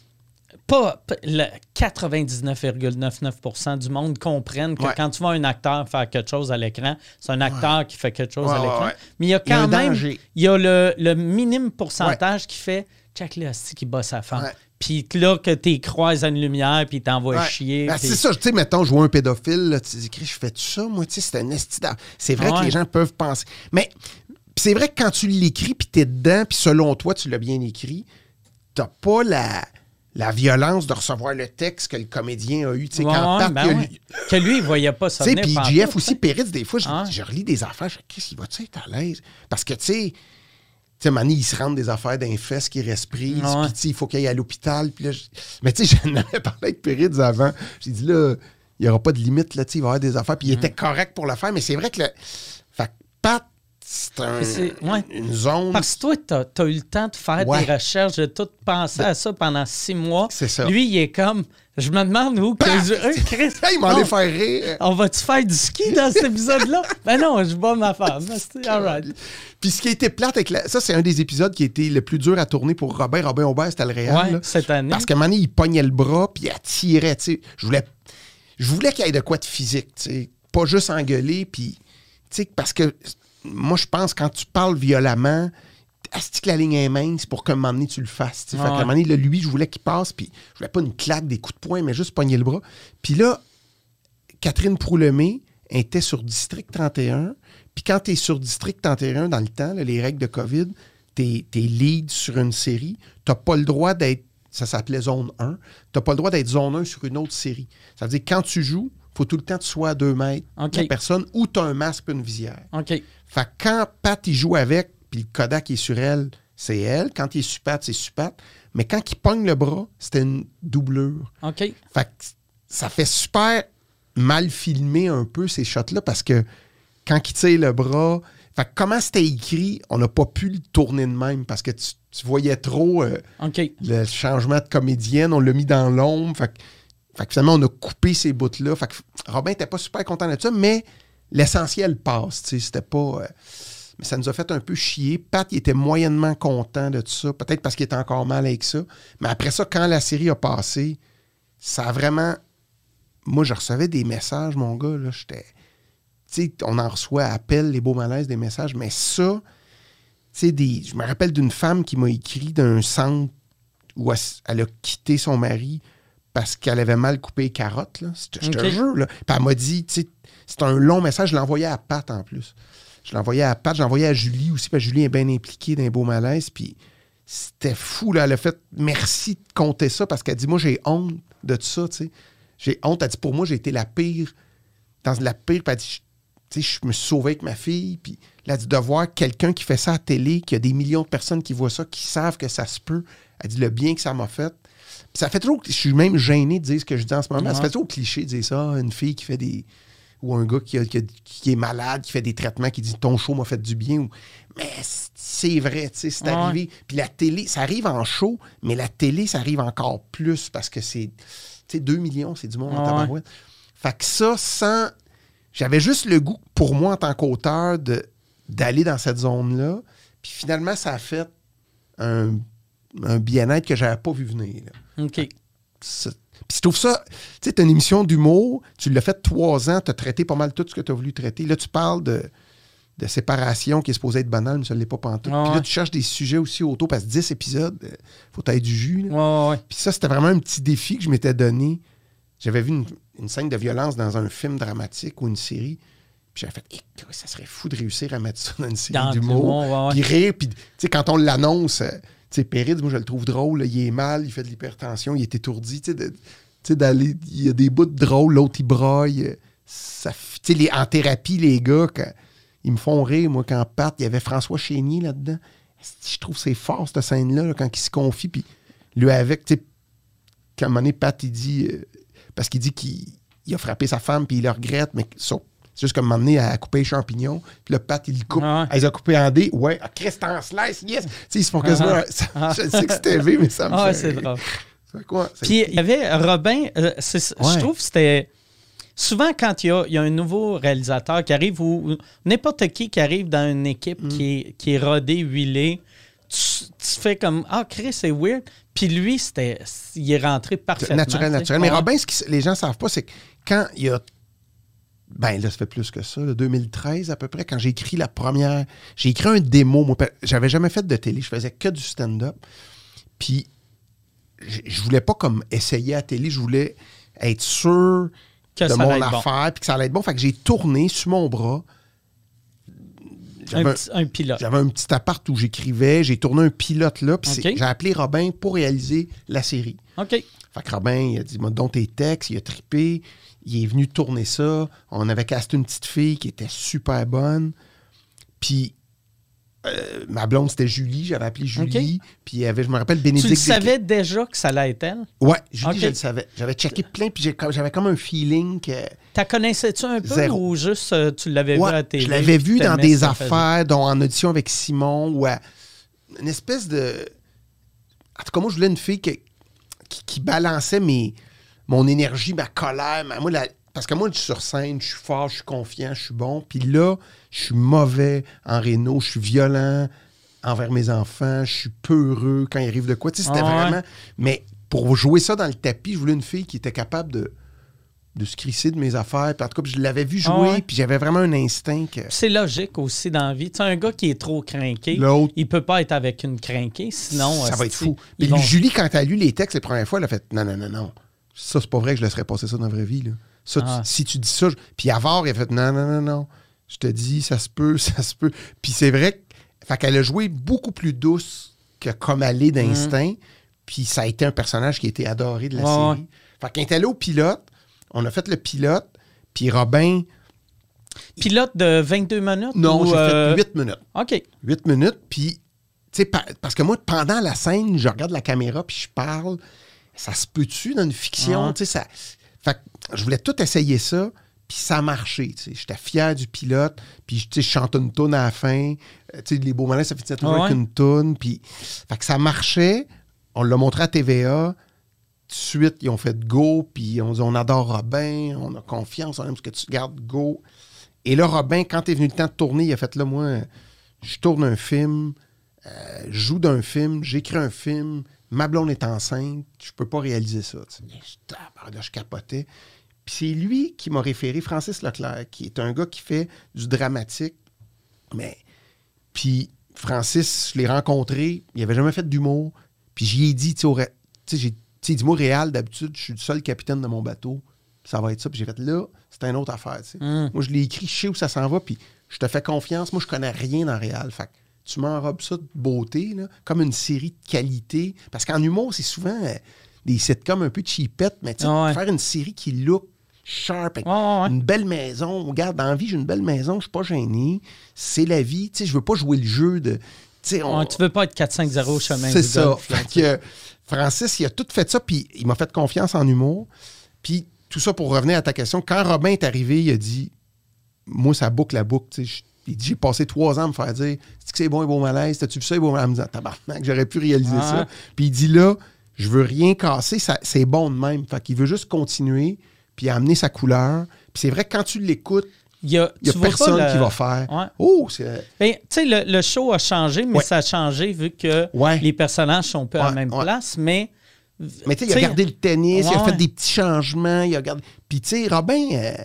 pas le quatre-vingt-dix-neuf virgule quatre-vingt-dix-neuf pour cent du monde comprennent que ouais. quand tu vois un acteur faire quelque chose à l'écran, c'est un acteur ouais. qui fait quelque chose ouais, à l'écran. Ouais. Mais il y a quand il y a même il y a le, le minime pourcentage ouais. qui fait check le hostie qui bat sa femme. Ouais. Puis là, que tu croises à une lumière, puis t'envoies ouais. chier. Ben, pis... C'est ça, tu sais, mettons, je vois un pédophile, là, tu dis, je fais tout ça, moi, tu sais, c'est un esti. C'est vrai ouais. que les gens peuvent penser. Mais c'est vrai que quand tu l'écris, puis t'es dedans, puis selon toi, tu l'as bien écrit, t'as pas la. La violence de recevoir le texte que le comédien a eu. Tu sais, ouais, quand ouais, ben que, ouais. que lui, il ne voyait pas ça. Puis J F aussi, Péritz, des fois, je, ah. je relis des affaires, je dis, qu'est-ce qu'il va-tu être à l'aise? Parce que, tu sais, tu sais, Mani, il se rentre des affaires d'un fesse qui respire, ouais. puis il faut qu'il aille à l'hôpital. Puis là, je... Mais tu sais, j'en avais parlé avec Péritz avant. J'ai dit, là, il n'y aura pas de limite, là, tu sais, il va y avoir des affaires. Puis il mm. était correct pour le faire, mais c'est vrai que le. Fait que Pat, c'est, un, c'est ouais. une zone... Parce que toi, t'as, t'as eu le temps de faire ouais. des recherches, de tout penser de... à ça pendant six mois. C'est ça. Lui, il est comme... Je me demande où... Que je... hey, Chris, il m'en allait faire rire. On va-tu faire du ski dans cet épisode-là? Ben non, je bats ma femme. All right. Puis ce qui a été plate avec la... Ça, c'est un des épisodes qui a été le plus dur à tourner pour Robin. Robin Aubert, c'était le réel. Ouais, là. cette année. Parce qu'à un moment donné, il pognait le bras, puis il attirait, tu sais. Je voulais... Je voulais qu'il y ait de quoi de physique, tu sais. Pas juste engueuler, puis... Tu sais, parce que... Moi, je pense quand tu parles violemment, asti que la ligne est mince pour qu'à un moment donné, tu le fasses. Ah, fait qu'à un moment donné, là, lui, je voulais qu'il passe, puis je voulais pas une claque, des coups de poing, mais juste pogner le bras. Puis là, Catherine Proulemé était sur District trente et un. Puis quand tu es sur District trente et un, dans le temps, là, les règles de COVID, tu es lead sur une série. Tu n'as pas le droit d'être, ça s'appelait zone un, tu n'as pas le droit d'être zone un sur une autre série. Ça veut dire que quand tu joues, il faut tout le temps que tu sois à deux mètres okay. de la personne ou tu as un masque et une visière. OK. Fait que quand Pat, il joue avec, puis le Kodak est sur elle, c'est elle. Quand il est sur Pat, c'est sur Pat. Mais quand il pogne le bras, c'était une doublure. OK. Fait que ça fait super mal filmer un peu ces shots-là parce que quand il tire le bras... Fait que comment c'était écrit, on n'a pas pu le tourner de même parce que tu, tu voyais trop euh, okay. le changement de comédienne. On l'a mis dans l'ombre. Fait que, fait que finalement, on a coupé ces bouts-là. Fait que Robin n'était pas super content de ça, mais... L'essentiel passe, tu sais, c'était pas... Euh, mais ça nous a fait un peu chier. Pat, il était moyennement content de tout ça, peut-être parce qu'il était encore mal avec ça. Mais après ça, quand la série a passé, ça a vraiment... Moi, je recevais des messages, mon gars, là, j'étais... Tu sais, on en reçoit à appel, les beaux malaises, des messages, mais ça, tu sais, des... je me rappelle d'une femme qui m'a écrit d'un centre où elle a quitté son mari parce qu'elle avait mal coupé les carottes, là. Je te okay. jure, là. Puis elle m'a dit, tu sais, c'est un long message, je l'ai envoyé à Pat en plus. Je l'ai envoyé à Pat, je l'ai envoyé à Julie aussi, parce que Julie est bien impliquée dans les beaux malaises, puis c'était fou, là. Elle a fait merci de compter ça, parce qu'elle dit, moi, j'ai honte de ça, tu sais. J'ai honte, elle dit, pour moi, j'ai été la pire, dans la pire, puis elle dit, tu sais, je me suis sauvé avec ma fille, puis là, elle dit, de voir quelqu'un qui fait ça à la télé, qu'il y a des millions de personnes qui voient ça, qui savent que ça se peut, elle dit, le bien que ça m'a fait. Puis ça fait trop, je suis même gêné de dire ce que je dis en ce moment, ouais. Ça fait trop cliché de dire ça, une fille qui fait des... ou un gars qui, a, qui, a, qui est malade, qui fait des traitements, qui dit « ton show m'a fait du bien ». Mais c'est vrai, tu sais, c'est ouais. arrivé. Puis la télé, ça arrive en show, mais la télé, ça arrive encore plus parce que c'est, tu sais, deux millions, c'est du monde en tabarouette. Fait que ça, sans... J'avais juste le goût, pour moi, en tant qu'auteur, de, d'aller dans cette zone-là. Puis finalement, ça a fait un, un bien-être que j'avais pas vu venir. Là. OK. C'est, puis je trouve ça, tu sais, t'as une émission d'humour, tu l'as fait trois ans, t'as traité pas mal tout ce que t'as voulu traiter. Là, tu parles de, de séparation qui est supposée être banale, mais ça ne l'est pas pantoute. Ah, puis là, tu cherches des sujets aussi autour, parce que dix épisodes, il faut être du jus. Ah, ouais. Puis ça, c'était vraiment un petit défi que je m'étais donné. J'avais vu une, une scène de violence dans un film dramatique ou une série, puis j'avais fait, hey, ça serait fou de réussir à mettre ça dans une série dans d'humour. Ouais, ouais. Puis rire, puis tu sais, quand on l'annonce... Tu sais, Pérez, moi, je le trouve drôle. Là, il est mal, il fait de l'hypertension, il est étourdi. Tu sais, de, d'aller... Il y a des bouts de drôle, l'autre, il braille. Ça, tu sais, les, en thérapie, les gars, quand, ils me font rire. Moi, quand Pat, il y avait François Chénier là-dedans. Je trouve que c'est fort, cette scène-là, là, quand il se confie. Puis lui, avec, tu sais, quand à un moment donné, Pat, il dit... Euh, parce qu'il dit qu'il il a frappé sa femme, puis il le regrette, mais ça... C'est juste comme m'emmener à couper les champignons. Puis le Pat, il le coupe. Ah ouais. Elle les a coupés en dés. Ouais, ah, Christ en slice, yes! Tu sais, ils se font quasiment. Ah ah. Je sais que c'est T V, mais ça me ah, fait. Ah, c'est drôle. C'est quoi? C'est... Puis il y avait Robin. Euh, c'est, ouais. Je trouve que c'était. Souvent, quand il y a, il y a un nouveau réalisateur qui arrive ou n'importe qui qui arrive dans une équipe mm. qui, est, qui est rodée, huilée, tu, tu fais comme ah, Chris, c'est weird. Puis lui, c'était, il est rentré parfaitement. Naturel, naturel. Mais Robin, ce que les gens ne savent pas, c'est que quand il y a. Ben là, ça fait plus que ça, là, deux mille treize à peu près, quand j'ai écrit la première... J'ai écrit un démo, moi, j'avais jamais fait de télé, je faisais que du stand-up. Puis, je voulais pas comme essayer à la télé, je voulais être sûr que de mon affaire, puis que ça allait être bon. Fait que j'ai tourné sur mon bras. J'avais un, un, un pilote. J'avais un petit appart où j'écrivais, j'ai tourné un pilote là, puis okay. j'ai appelé Robin pour réaliser la série. OK. Fait que Robin, il a dit, moi, donc tes textes, il a trippé. Il est venu tourner ça. On avait casté une petite fille qui était super bonne. Puis, euh, ma blonde, c'était Julie. J'avais appelé Julie. Okay. Puis, il y avait, je me rappelle, Bénédicte. Tu le savais déjà que ça allait être elle? Ouais, Julie, okay. je le savais. J'avais checké plein, puis j'ai, j'avais comme un feeling que... T'as connaissais-tu un peu Zéro. Ou juste euh, tu l'avais ouais, vu à la télé? Je l'avais vu dans des affaires, dont en audition avec Simon, ou à une espèce de... En tout cas, moi, je voulais une fille qui, qui, qui balançait mes... mon énergie, ma colère, ma, moi, la, parce que moi, je suis sur scène, je suis fort, je suis confiant, je suis bon. Puis là, je suis mauvais en réno, je suis violent envers mes enfants, je suis peureux quand il arrive de quoi. Tu sais, c'était ah, vraiment... Ouais. Mais pour jouer ça dans le tapis, je voulais une fille qui était capable de, de se crisser de mes affaires. Puis en tout cas, je l'avais vu jouer, ah, ouais. Puis j'avais vraiment un instinct que... C'est logique aussi dans la vie. Tu sais, un gars qui est trop crinqué, l'autre, il peut pas être avec une crinquée, sinon... Ça va être fou. Puis vont... Julie, quand elle a lu les textes les premières fois, elle a fait « Non, non, non, non. » Ça, c'est pas vrai que je laisserais passer ça dans la vraie vie. Là. Ça, ah. tu, si tu dis ça... Je... Puis Avard, il a fait « Non, non, non, non. Je te dis, ça se peut, ça se peut. » Puis c'est vrai fait qu'elle a joué beaucoup plus douce que comme elle est d'instinct. Mm. Puis ça a été un personnage qui a été adoré de la ah. série. Fait qu'elle est allée au pilote. On a fait le pilote. Puis Robin... Pilote de vingt-deux minutes? Non, ou j'ai euh... fait huit minutes. OK. huit minutes. Puis, tu sais, parce que moi, pendant la scène, je regarde la caméra puis je parle... Ça se peut-tu dans une fiction? Ah. Tu sais, ça... Fait que je voulais tout essayer ça, puis ça a marché. Tu sais. J'étais fier du pilote, puis tu sais, je chante une toune à la fin. Tu sais, les beaux malins, ça finissait toujours ah, avec ouais. une toune. Puis... Fait que ça marchait. On l'a montré à T V A. Tout de suite, ils ont fait go, puis on dit on adore Robin, on a confiance, on aime ce que tu gardes, go. Et là, Robin, quand est venu le temps de tourner, il a fait là, moi, je tourne un film, euh, je joue d'un film, j'écris un film. Ma blonde est enceinte, je peux pas réaliser ça. Je, là, je capotais. Puis c'est lui qui m'a référé, Francis Leclerc, qui est un gars qui fait du dramatique. Mais, puis Francis, je l'ai rencontré, il avait jamais fait d'humour. Puis j'y ai dit, tu sais, j'ai sais, dis-moi, Réal, d'habitude, je suis le seul capitaine de mon bateau. Ça va être ça. Puis j'ai fait là, c'est une autre affaire. Mm. Moi, je l'ai écrit, je sais où ça s'en va, puis je te fais confiance. Moi, je connais rien dans Réal. Fait que tu m'enrobes ça de beauté, là, comme une série de qualité. Parce qu'en humour, c'est souvent euh, des sitcoms un peu cheapettes, mais tu sais, oh, ouais. faire une série qui look sharp, avec oh, ouais. une belle maison. Regarde, dans la vie, j'ai une belle maison, je suis pas gêné. C'est la vie. Tu sais, je veux pas jouer le jeu de. On... Ouais, tu veux pas être quatre cinq zéro au chemin. C'est ça. Golf, fait que, Francis, il a tout fait ça, puis il m'a fait confiance en humour. Puis tout ça pour revenir à ta question. Quand Robin est arrivé, il a dit moi, ça boucle la boucle. Tu sais, il dit j'ai passé trois ans à me faire dire c'est que c'est bon et beau malaise, t'as-tu vu ça et beau malaise? En me disant tabarnak, j'aurais pu réaliser ah. ça. Puis il dit là, je veux rien casser, ça, c'est bon de même. Fait qu'il veut juste continuer, puis amener sa couleur. Puis c'est vrai que quand tu l'écoutes, il n'y a, y a personne le... qui va faire. Ouais. Oh, c'est. Tu sais, le, le show a changé, mais ouais. ça a changé vu que ouais. les personnages sont pas ouais. à la même ouais. place. Mais. Mais tu sais, il a gardé le tennis, ouais. il a fait des petits changements. Il a gardé... Puis tu sais, Robin, euh,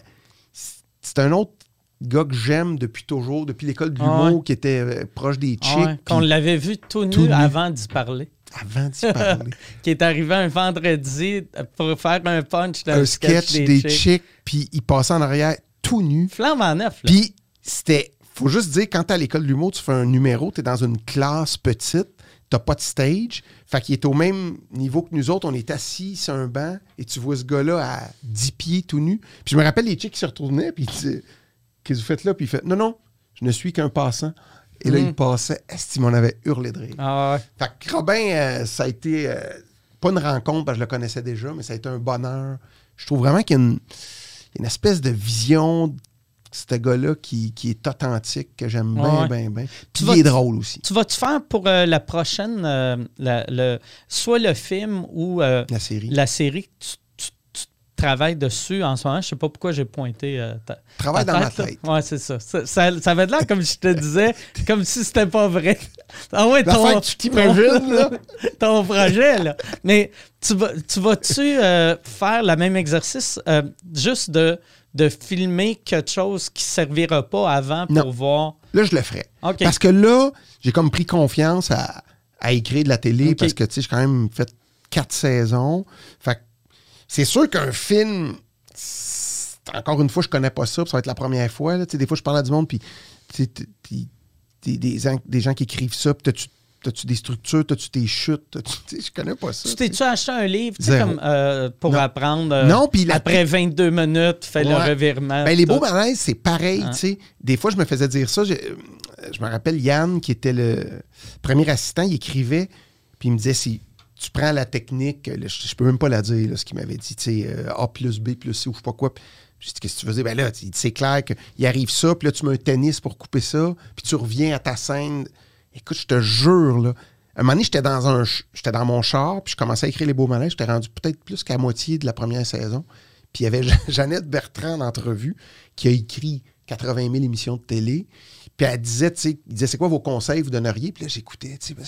c'est un autre gars que j'aime depuis toujours, depuis l'école de l'humour, ouais. qui était euh, proche des chicks. Ouais. Qu'on l'avait vu tout nu, tout nu avant d'y parler. Avant d'y parler. Qui est arrivé un vendredi pour faire un punch dans un le sketch, sketch des, des chicks, puis il passait en arrière tout nu. Flamme en neuf. Puis c'était, faut juste dire, quand t'es à l'école de l'humour, tu fais un numéro, t'es dans une classe petite, t'as pas de stage, fait qu'il est au même niveau que nous autres, on est assis sur un banc, et tu vois ce gars-là à dix pieds tout nu. Puis je me rappelle les chicks qui se retournaient, puis ils disaient « Qu'est-ce que vous faites là? » Puis il fait « Non, non, je ne suis qu'un passant. » Et là, mm. il passait, est-ce qu'on avait hurlé de rire. Ah ouais. Fait que Robin, euh, ça a été, euh, pas une rencontre, parce que je le connaissais déjà, mais ça a été un bonheur. Je trouve vraiment qu'il y a une, une espèce de vision de ce gars-là qui, qui est authentique, que j'aime bien, ouais. bien, bien. Puis il est drôle aussi. Tu vas-tu faire pour euh, la prochaine, euh, la, le, soit le film ou euh, la série, la série que tu, tu, tu travailles dessus en ce moment? Je sais pas pourquoi j'ai pointé euh, ta, Travaille ta dans tête, ma tête. Oui, c'est ça. Ça, ça. ça avait l'air comme je te disais, comme si c'était pas vrai. Ah ouais, ton, tu t'imagines, là. ton projet, là. Mais tu, vas, tu vas-tu euh, faire le même exercice euh, juste de... de filmer quelque chose qui ne servira pas avant pour non. voir... Là, je le ferais. Okay. Parce que là, j'ai comme pris confiance à, à écrire de la télé okay. parce que, tu sais, j'ai quand même fait quatre saisons. Fait que c'est sûr qu'un film... Encore une fois, je connais pas ça, ça va être la première fois. Là. Des fois, je parle à du monde, puis des, des, des gens qui écrivent ça, puis t'as-tu T'as-tu des structures? T'as-tu tes chutes? T'as-tu... Je connais pas ça. Tu t'es-tu acheté un livre comme, euh, pour non. apprendre euh, non, la... après vingt-deux minutes, fais ouais. le revirement? Ben, les beaux malaises, c'est pareil. Ah. Des fois, je me faisais dire ça. Je, je me rappelle Yann, qui était le premier assistant, il écrivait, puis il me disait si tu prends la technique, là, je, je peux même pas la dire, là, ce qu'il m'avait dit, euh, A plus B plus C ou je sais pas quoi. Puis je dis, qu'est-ce que tu faisais? Ben là, c'est clair qu'il arrive ça, puis là, tu mets un tennis pour couper ça, puis tu reviens à ta scène. Écoute, je te jure, là. À un moment donné, j'étais dans un, j'étais dans mon char, puis je commençais à écrire les beaux malaises. J'étais rendu peut-être plus qu'à moitié de la première saison. Puis il y avait Jeannette Bertrand d'entrevue qui a écrit quatre-vingt mille émissions de télé. Puis elle disait, tu sais, il disait, c'est quoi vos conseils vous donneriez? Puis là, j'écoutais, tu sais. Ben,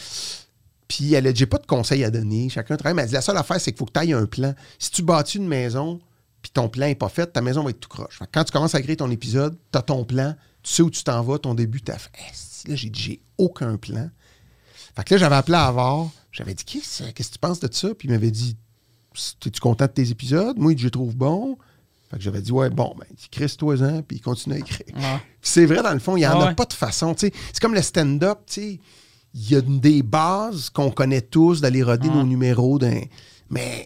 puis elle a dit, j'ai pas de conseils à donner. Chacun travaille. Mais elle dit, la seule affaire, c'est qu'il faut que tu ailles un plan. Si tu bâtis une maison, puis ton plan n'est pas fait, ta maison va être tout croche. Fait que quand tu commences à écrire ton épisode, tu as ton plan, tu sais où tu t'en vas, ton début, tu as fait. Là, j'ai dit, j'ai aucun plan. Fait que là, j'avais appelé Avard. J'avais dit, qu'est-ce que tu penses de ça? Puis il m'avait dit, es-tu content de tes épisodes? Moi, je les trouve bons. Fait que j'avais dit, ouais, bon, ben, crisse-toi-en, puis il continue à écrire. Ouais. C'est vrai, dans le fond, il n'y en ah ouais. a pas de façon. T'sais. C'est comme le stand-up, il y a des bases qu'on connaît tous, d'aller roder ouais. nos numéros. D'un... Mais,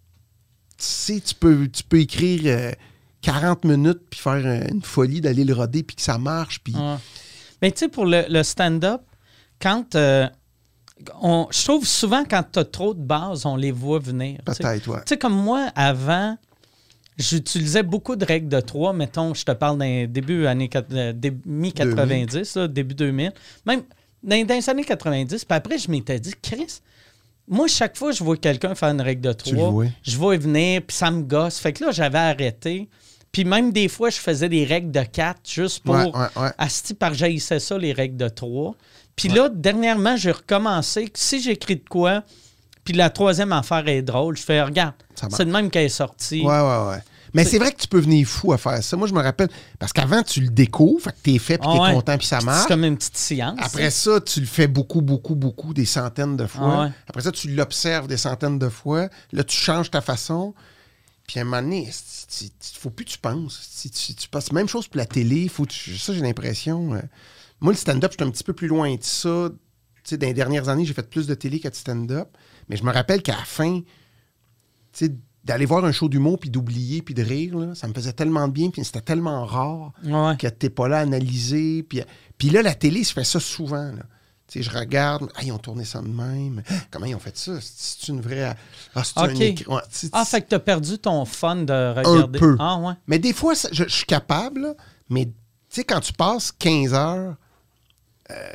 tu sais, tu peux, tu peux écrire euh, quarante minutes, puis faire euh, une folie, d'aller le roder, puis que ça marche, puis... Ouais. Mais tu sais, pour le, le stand-up, quand euh, on, je trouve souvent quand tu as trop de bases, on les voit venir. Peut-être, ouais. Tu sais, comme moi, avant, j'utilisais beaucoup de règles de trois. Mettons, je te parle d'un début années mi-quatre-vingt-dix, là, début deux mille. Même dans, dans les années quatre-vingt-dix. Puis après, je m'étais dit, Chris, moi, chaque fois que je vois quelqu'un faire une règle de trois, je vois venir, puis ça me gosse. Fait que là, j'avais arrêté. Puis même des fois, je faisais des règles de quatre juste pour... Ouais, ouais, ouais. Asti, par j'haïssais ça, les règles de trois. Puis ouais. là, dernièrement, j'ai recommencé. Si j'écris de quoi, puis la troisième affaire est drôle, je fais, regarde, c'est de même qu'elle est sortie. Ouais, ouais, ouais. Mais c'est vrai que tu peux venir fou à faire ça. Moi, je me rappelle, parce qu'avant, tu le découvres, fait que t'es fait, puis t'es ah ouais. content, puis ça marche. C'est comme une petite science. Après ça, tu le fais beaucoup, beaucoup, beaucoup, des centaines de fois. Ah ouais. Après ça, tu l'observes des centaines de fois. Là, tu changes ta façon. Puis à un moment donné, il ne faut plus que tu penses. Si tu, tu passes même chose pour la télé. Faut tu, ça, j'ai l'impression. Euh, moi, le stand-up, je suis un petit peu plus loin de ça. Tu sais, dans les dernières années, j'ai fait plus de télé que de stand-up. Mais je me rappelle qu'à la fin, tu sais, d'aller voir un show d'humour, puis d'oublier, puis de rire, là, ça me faisait tellement de bien, puis c'était tellement rare ouais. que t'es pas là à analyser. Puis, puis là, la télé, je fais ça souvent. Là. Tu sais, je regarde, ah, ils ont tourné ça de même. Comment ils ont fait ça? C'est une vraie... Ah, c'est okay. un écran. Ah, fait que t'as perdu ton fun de regarder. Un peu. Ah, ouais. Mais des fois, ça, je, je suis capable, là, mais tu sais, quand tu passes quinze heures, euh,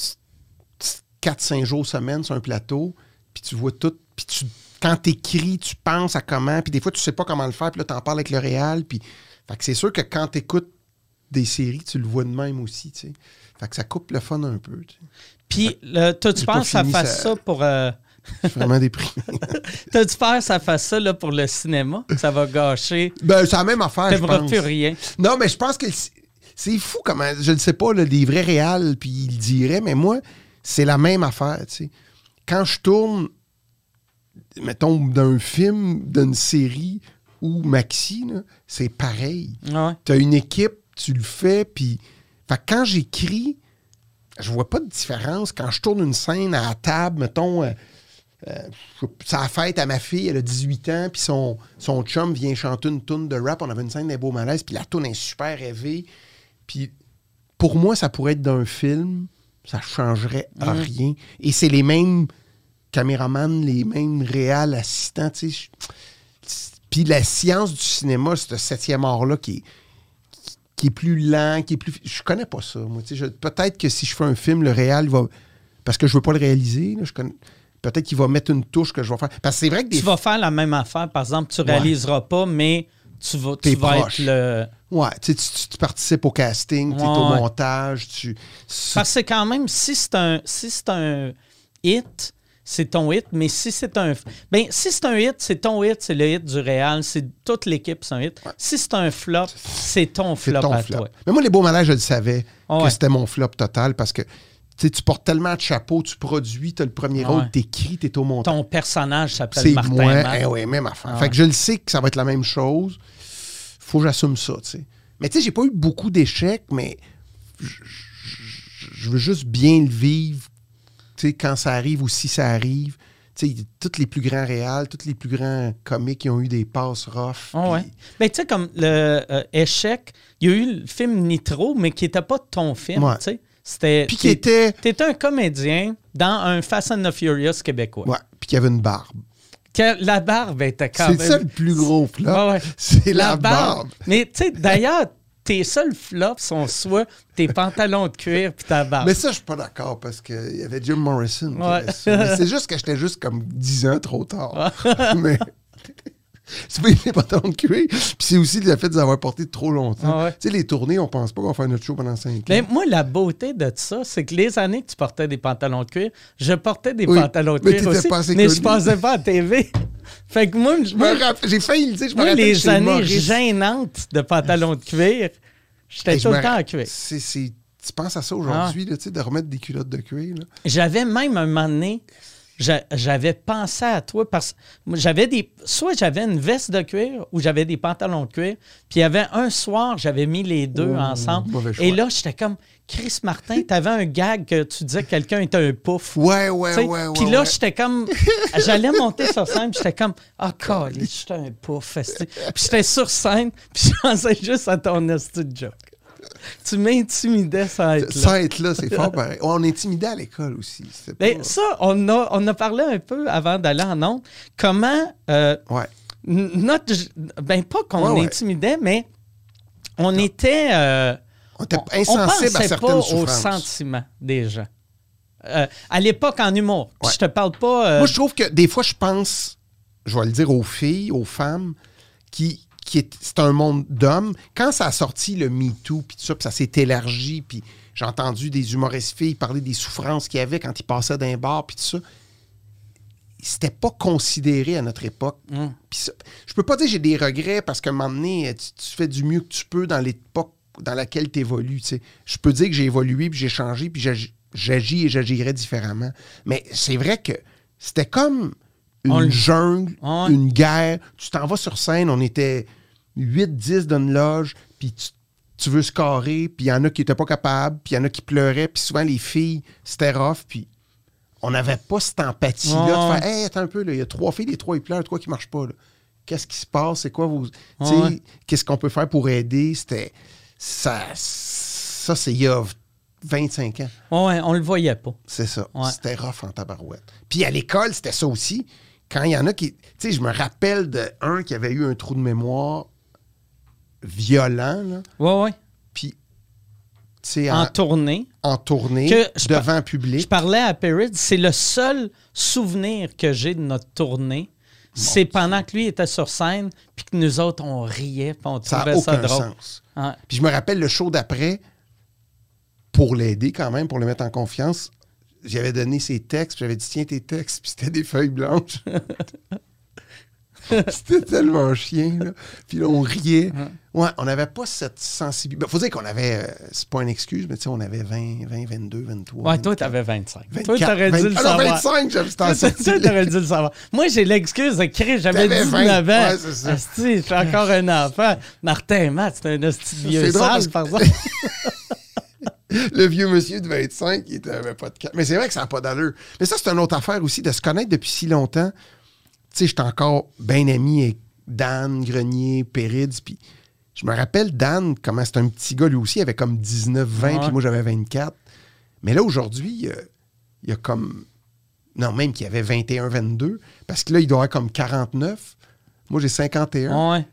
quatre cinq jours semaine sur un plateau, puis tu vois tout, puis tu... Quand t'écris, tu penses à comment, puis des fois, tu sais pas comment le faire, puis là, t'en parles avec le réal, puis... Fait que c'est sûr que quand t'écoutes des séries, tu le vois de même aussi, tu sais. Fait que ça coupe le fun un peu, tu sais. Puis, le, tu penses que ça fasse ça, ça pour... Euh... Je suis vraiment déprimé. T'as-tu peur que ça fasse ça là, pour le cinéma? Ça va gâcher? Ben, c'est la même affaire, je pense. plus rien. Non, mais je pense que c'est fou comment... Je ne sais pas, là, des vrais réals, puis ils le diraient, mais moi, c'est la même affaire, tu sais. Quand je tourne... mettons, d'un film, d'une série ou maxi, là, c'est pareil. Ouais. Tu as une équipe, tu le fais, puis... Fait que quand j'écris, je vois pas de différence. Quand je tourne une scène à la table, mettons, euh, euh, ça a fête à ma fille, elle a dix-huit ans, puis son, son chum vient chanter une toune de rap, on avait une scène des beaux malaises, puis la toune est super rêvée. Puis pour moi, ça pourrait être d'un film, ça changerait à mmh. rien. Et c'est les mêmes... caméramans, les mêmes réals, assistants, tu sais. Puis la science du cinéma, ce septième art-là qui est, qui est plus lent, qui est plus... Je connais pas ça, moi. Tu sais, peut-être que si je fais un film, le réal va... Parce que je veux pas le réaliser, là, je connais... peut-être qu'il va mettre une touche que je vais faire. Parce que c'est vrai que des... Tu vas faire la même affaire, par exemple, tu réaliseras ouais. pas, mais tu vas, tu vas être le... Ouais, tu, tu, tu participes au casting, tu es ouais. au montage, tu... Parce que c'est quand même, si c'est un, si c'est un hit... c'est ton hit, mais si c'est un... Ben, si c'est un hit, c'est ton hit, c'est le hit du réal, c'est toute l'équipe, c'est un hit. Ouais. Si c'est un flop, c'est ton flop c'est ton à flop. Toi. Mais moi, les beaux malaises, je le savais oh, que ouais. c'était mon flop total parce que tu portes tellement de chapeaux, tu produis, tu as le premier rôle, ouais. t'écris, t'es au montage. Ton personnage s'appelle c'est Martin moi, Matt. Eh oui, même affaire. Ah, fait ouais. que je le sais que ça va être la même chose. Faut que j'assume ça, tu sais. Mais tu sais, j'ai pas eu beaucoup d'échecs, mais je veux juste bien le vivre, tu sais, quand ça arrive ou si ça arrive. Tu sais, tous les plus grands réals, tous les plus grands comiques qui ont eu des passes rough. Oh, ouais. Ben, tu sais, comme le euh, échec, il y a eu le film Nitro, mais qui n'était pas ton film, ouais. tu sais. C'était... Puis qui était... T'étais un comédien dans un Fast and the Furious québécois. Ouais, puis qui avait une barbe. Que la barbe était quand c'est même... ça le plus gros flop. Ouais, ouais. C'est la, la barbe. barbe. Mais tu sais, d'ailleurs... tes seuls flops sont soit tes pantalons de cuir puis ta barbe. Mais ça, je suis pas d'accord parce qu'il y avait Jim Morrison. Ouais. Mais c'est juste que j'étais juste comme dix ans trop tard. Mais c'est pas les pantalons de cuir. Puis c'est aussi le fait de les avoir portés trop longtemps. Ouais. Tu sais, les tournées, on pense pas qu'on va faire notre show pendant cinq ans. Mais moi, la beauté de ça, c'est que les années que tu portais des pantalons de cuir, je portais des oui, pantalons de cuir aussi, pas mais connu. Je passais pas à T V. Fait que moi, je me rappelle, j'ai failli le dire, je me moi, rappelle les années gênantes de pantalons de cuir, j'étais hey, tout le temps à cuir. C'est, c'est, tu penses à ça aujourd'hui, ah. là, de remettre des culottes de cuir? Là. J'avais même un moment donné, j'avais pensé à toi parce que j'avais des. Soit j'avais une veste de cuir ou j'avais des pantalons de cuir. Puis il y avait un soir, j'avais mis les deux oh, ensemble. Et là, j'étais comme Chris Martin, t'avais un gag que tu disais que quelqu'un était un pouf. Ouais, ouais, t'sais? ouais, ouais. Puis là, ouais. j'étais comme. J'allais monter sur scène, puis j'étais comme ah, oh, caliste, j'étais un pouf. Puis j'étais sur scène, puis je pensais juste à ton esti de joke. Tu m'intimidais sans être là. Sans être là, c'est fort pareil. On intimidait à l'école aussi. Pas... Ben, ça, on a, on a parlé un peu avant d'aller en ondes. Comment euh, ouais. notre. Ben, pas qu'on ouais, intimidait, ouais. mais on non. était. Euh, on était insensible à certaines pas souffrances. Aux sentiments des gens. Euh, à l'époque, en humour. Ouais. Je te parle pas. Euh... Moi, je trouve que des fois, je pense, je vais le dire aux filles, aux femmes, qui. Qui est, c'est un monde d'hommes. Quand ça a sorti le MeToo, puis tout ça, puis ça s'est élargi, puis j'ai entendu des humoristes filles parler des souffrances qu'il y avait quand ils passaient d'un bar, puis tout ça. c'était pas considéré à notre époque. Mm. Puis ça, je peux pas dire que j'ai des regrets parce qu'à un moment donné, tu, tu fais du mieux que tu peux dans l'époque dans laquelle tu évolues. T'sais. Je peux dire que j'ai évolué, puis j'ai changé, puis j'agis, j'agis et j'agirais différemment. Mais c'est vrai que c'était comme une on jungle, oh. une guerre. Tu t'en vas sur scène, on était huit dix dans une loge, puis tu, tu veux scorer, puis il y en a qui n'étaient pas capables, puis il y en a qui pleuraient, puis souvent les filles, c'était rough, puis on n'avait pas cette empathie-là oh. de faire « Hey, attends un peu, il y a trois filles, les trois, ils pleurent, trois qui ne marchent pas. Là. Qu'est-ce qui se passe? C'est quoi vos... Oh. Qu'est-ce qu'on peut faire pour aider? » C'était... Ça, ça c'est il y a vingt-cinq ans. Ouais, on le voyait pas. C'est ça. Ouais. C'était rough en tabarouette. Puis à l'école, c'était ça aussi. Quand il y en a qui... Tu sais, je me rappelle d'un qui avait eu un trou de mémoire violent. Là. Ouais, ouais. Puis, tu sais... En, En, tournée. en tournée, Que devant par... public. Je parlais à Perrid, c'est le seul souvenir que j'ai de notre tournée. Bon, c'est pendant que lui était sur scène, puis que nous autres, on riait, puis on ça trouvait ça, aucun drôle. Sens. Ouais. Puis je me rappelle le show d'après, pour l'aider quand même, pour le mettre en confiance, j'avais donné ses textes, puis j'avais dit « Tiens tes textes », puis c'était des feuilles blanches. C'était tellement chien, là. Puis là, on riait. Ouais, on n'avait pas cette sensibilité. Il faut dire qu'on avait, euh, c'est pas une excuse, mais tu sais, on avait vingt, vingt, vingt-deux, vingt-trois. Ouais, toi, t'avais vingt-cinq. vingt-quatre, toi, t'aurais vingt, dû le alors savoir. vingt-cinq, j'avais Toi, toi, t'aurais dû le savoir. Moi, j'ai l'excuse de créer, j'avais T'avais dix-neuf vingt. ans. Ouais, c'est ça. Asti, je suis encore un enfant. Martin et Matt, c'est un hostie de vieux C'est drôle sale, parce par que- exemple. Le vieux monsieur de vingt-cinq, il n'avait pas de cas. Mais c'est vrai que ça n'a pas d'allure. Mais ça, c'est une autre affaire aussi, de se connaître depuis si longtemps. Tu sais, j'étais encore bien ami avec Dan, Grenier, Périds, puis je me rappelle Dan, comment c'était un petit gars lui aussi, il avait comme dix-neuf, vingt, Ouais. puis moi j'avais vingt-quatre. Mais là, aujourd'hui, il y a, il y a comme... Non, même qu'il y avait vingt et un, vingt-deux, parce que là, il doit avoir comme quarante-neuf. Moi, j'ai cinquante et un. Ouais.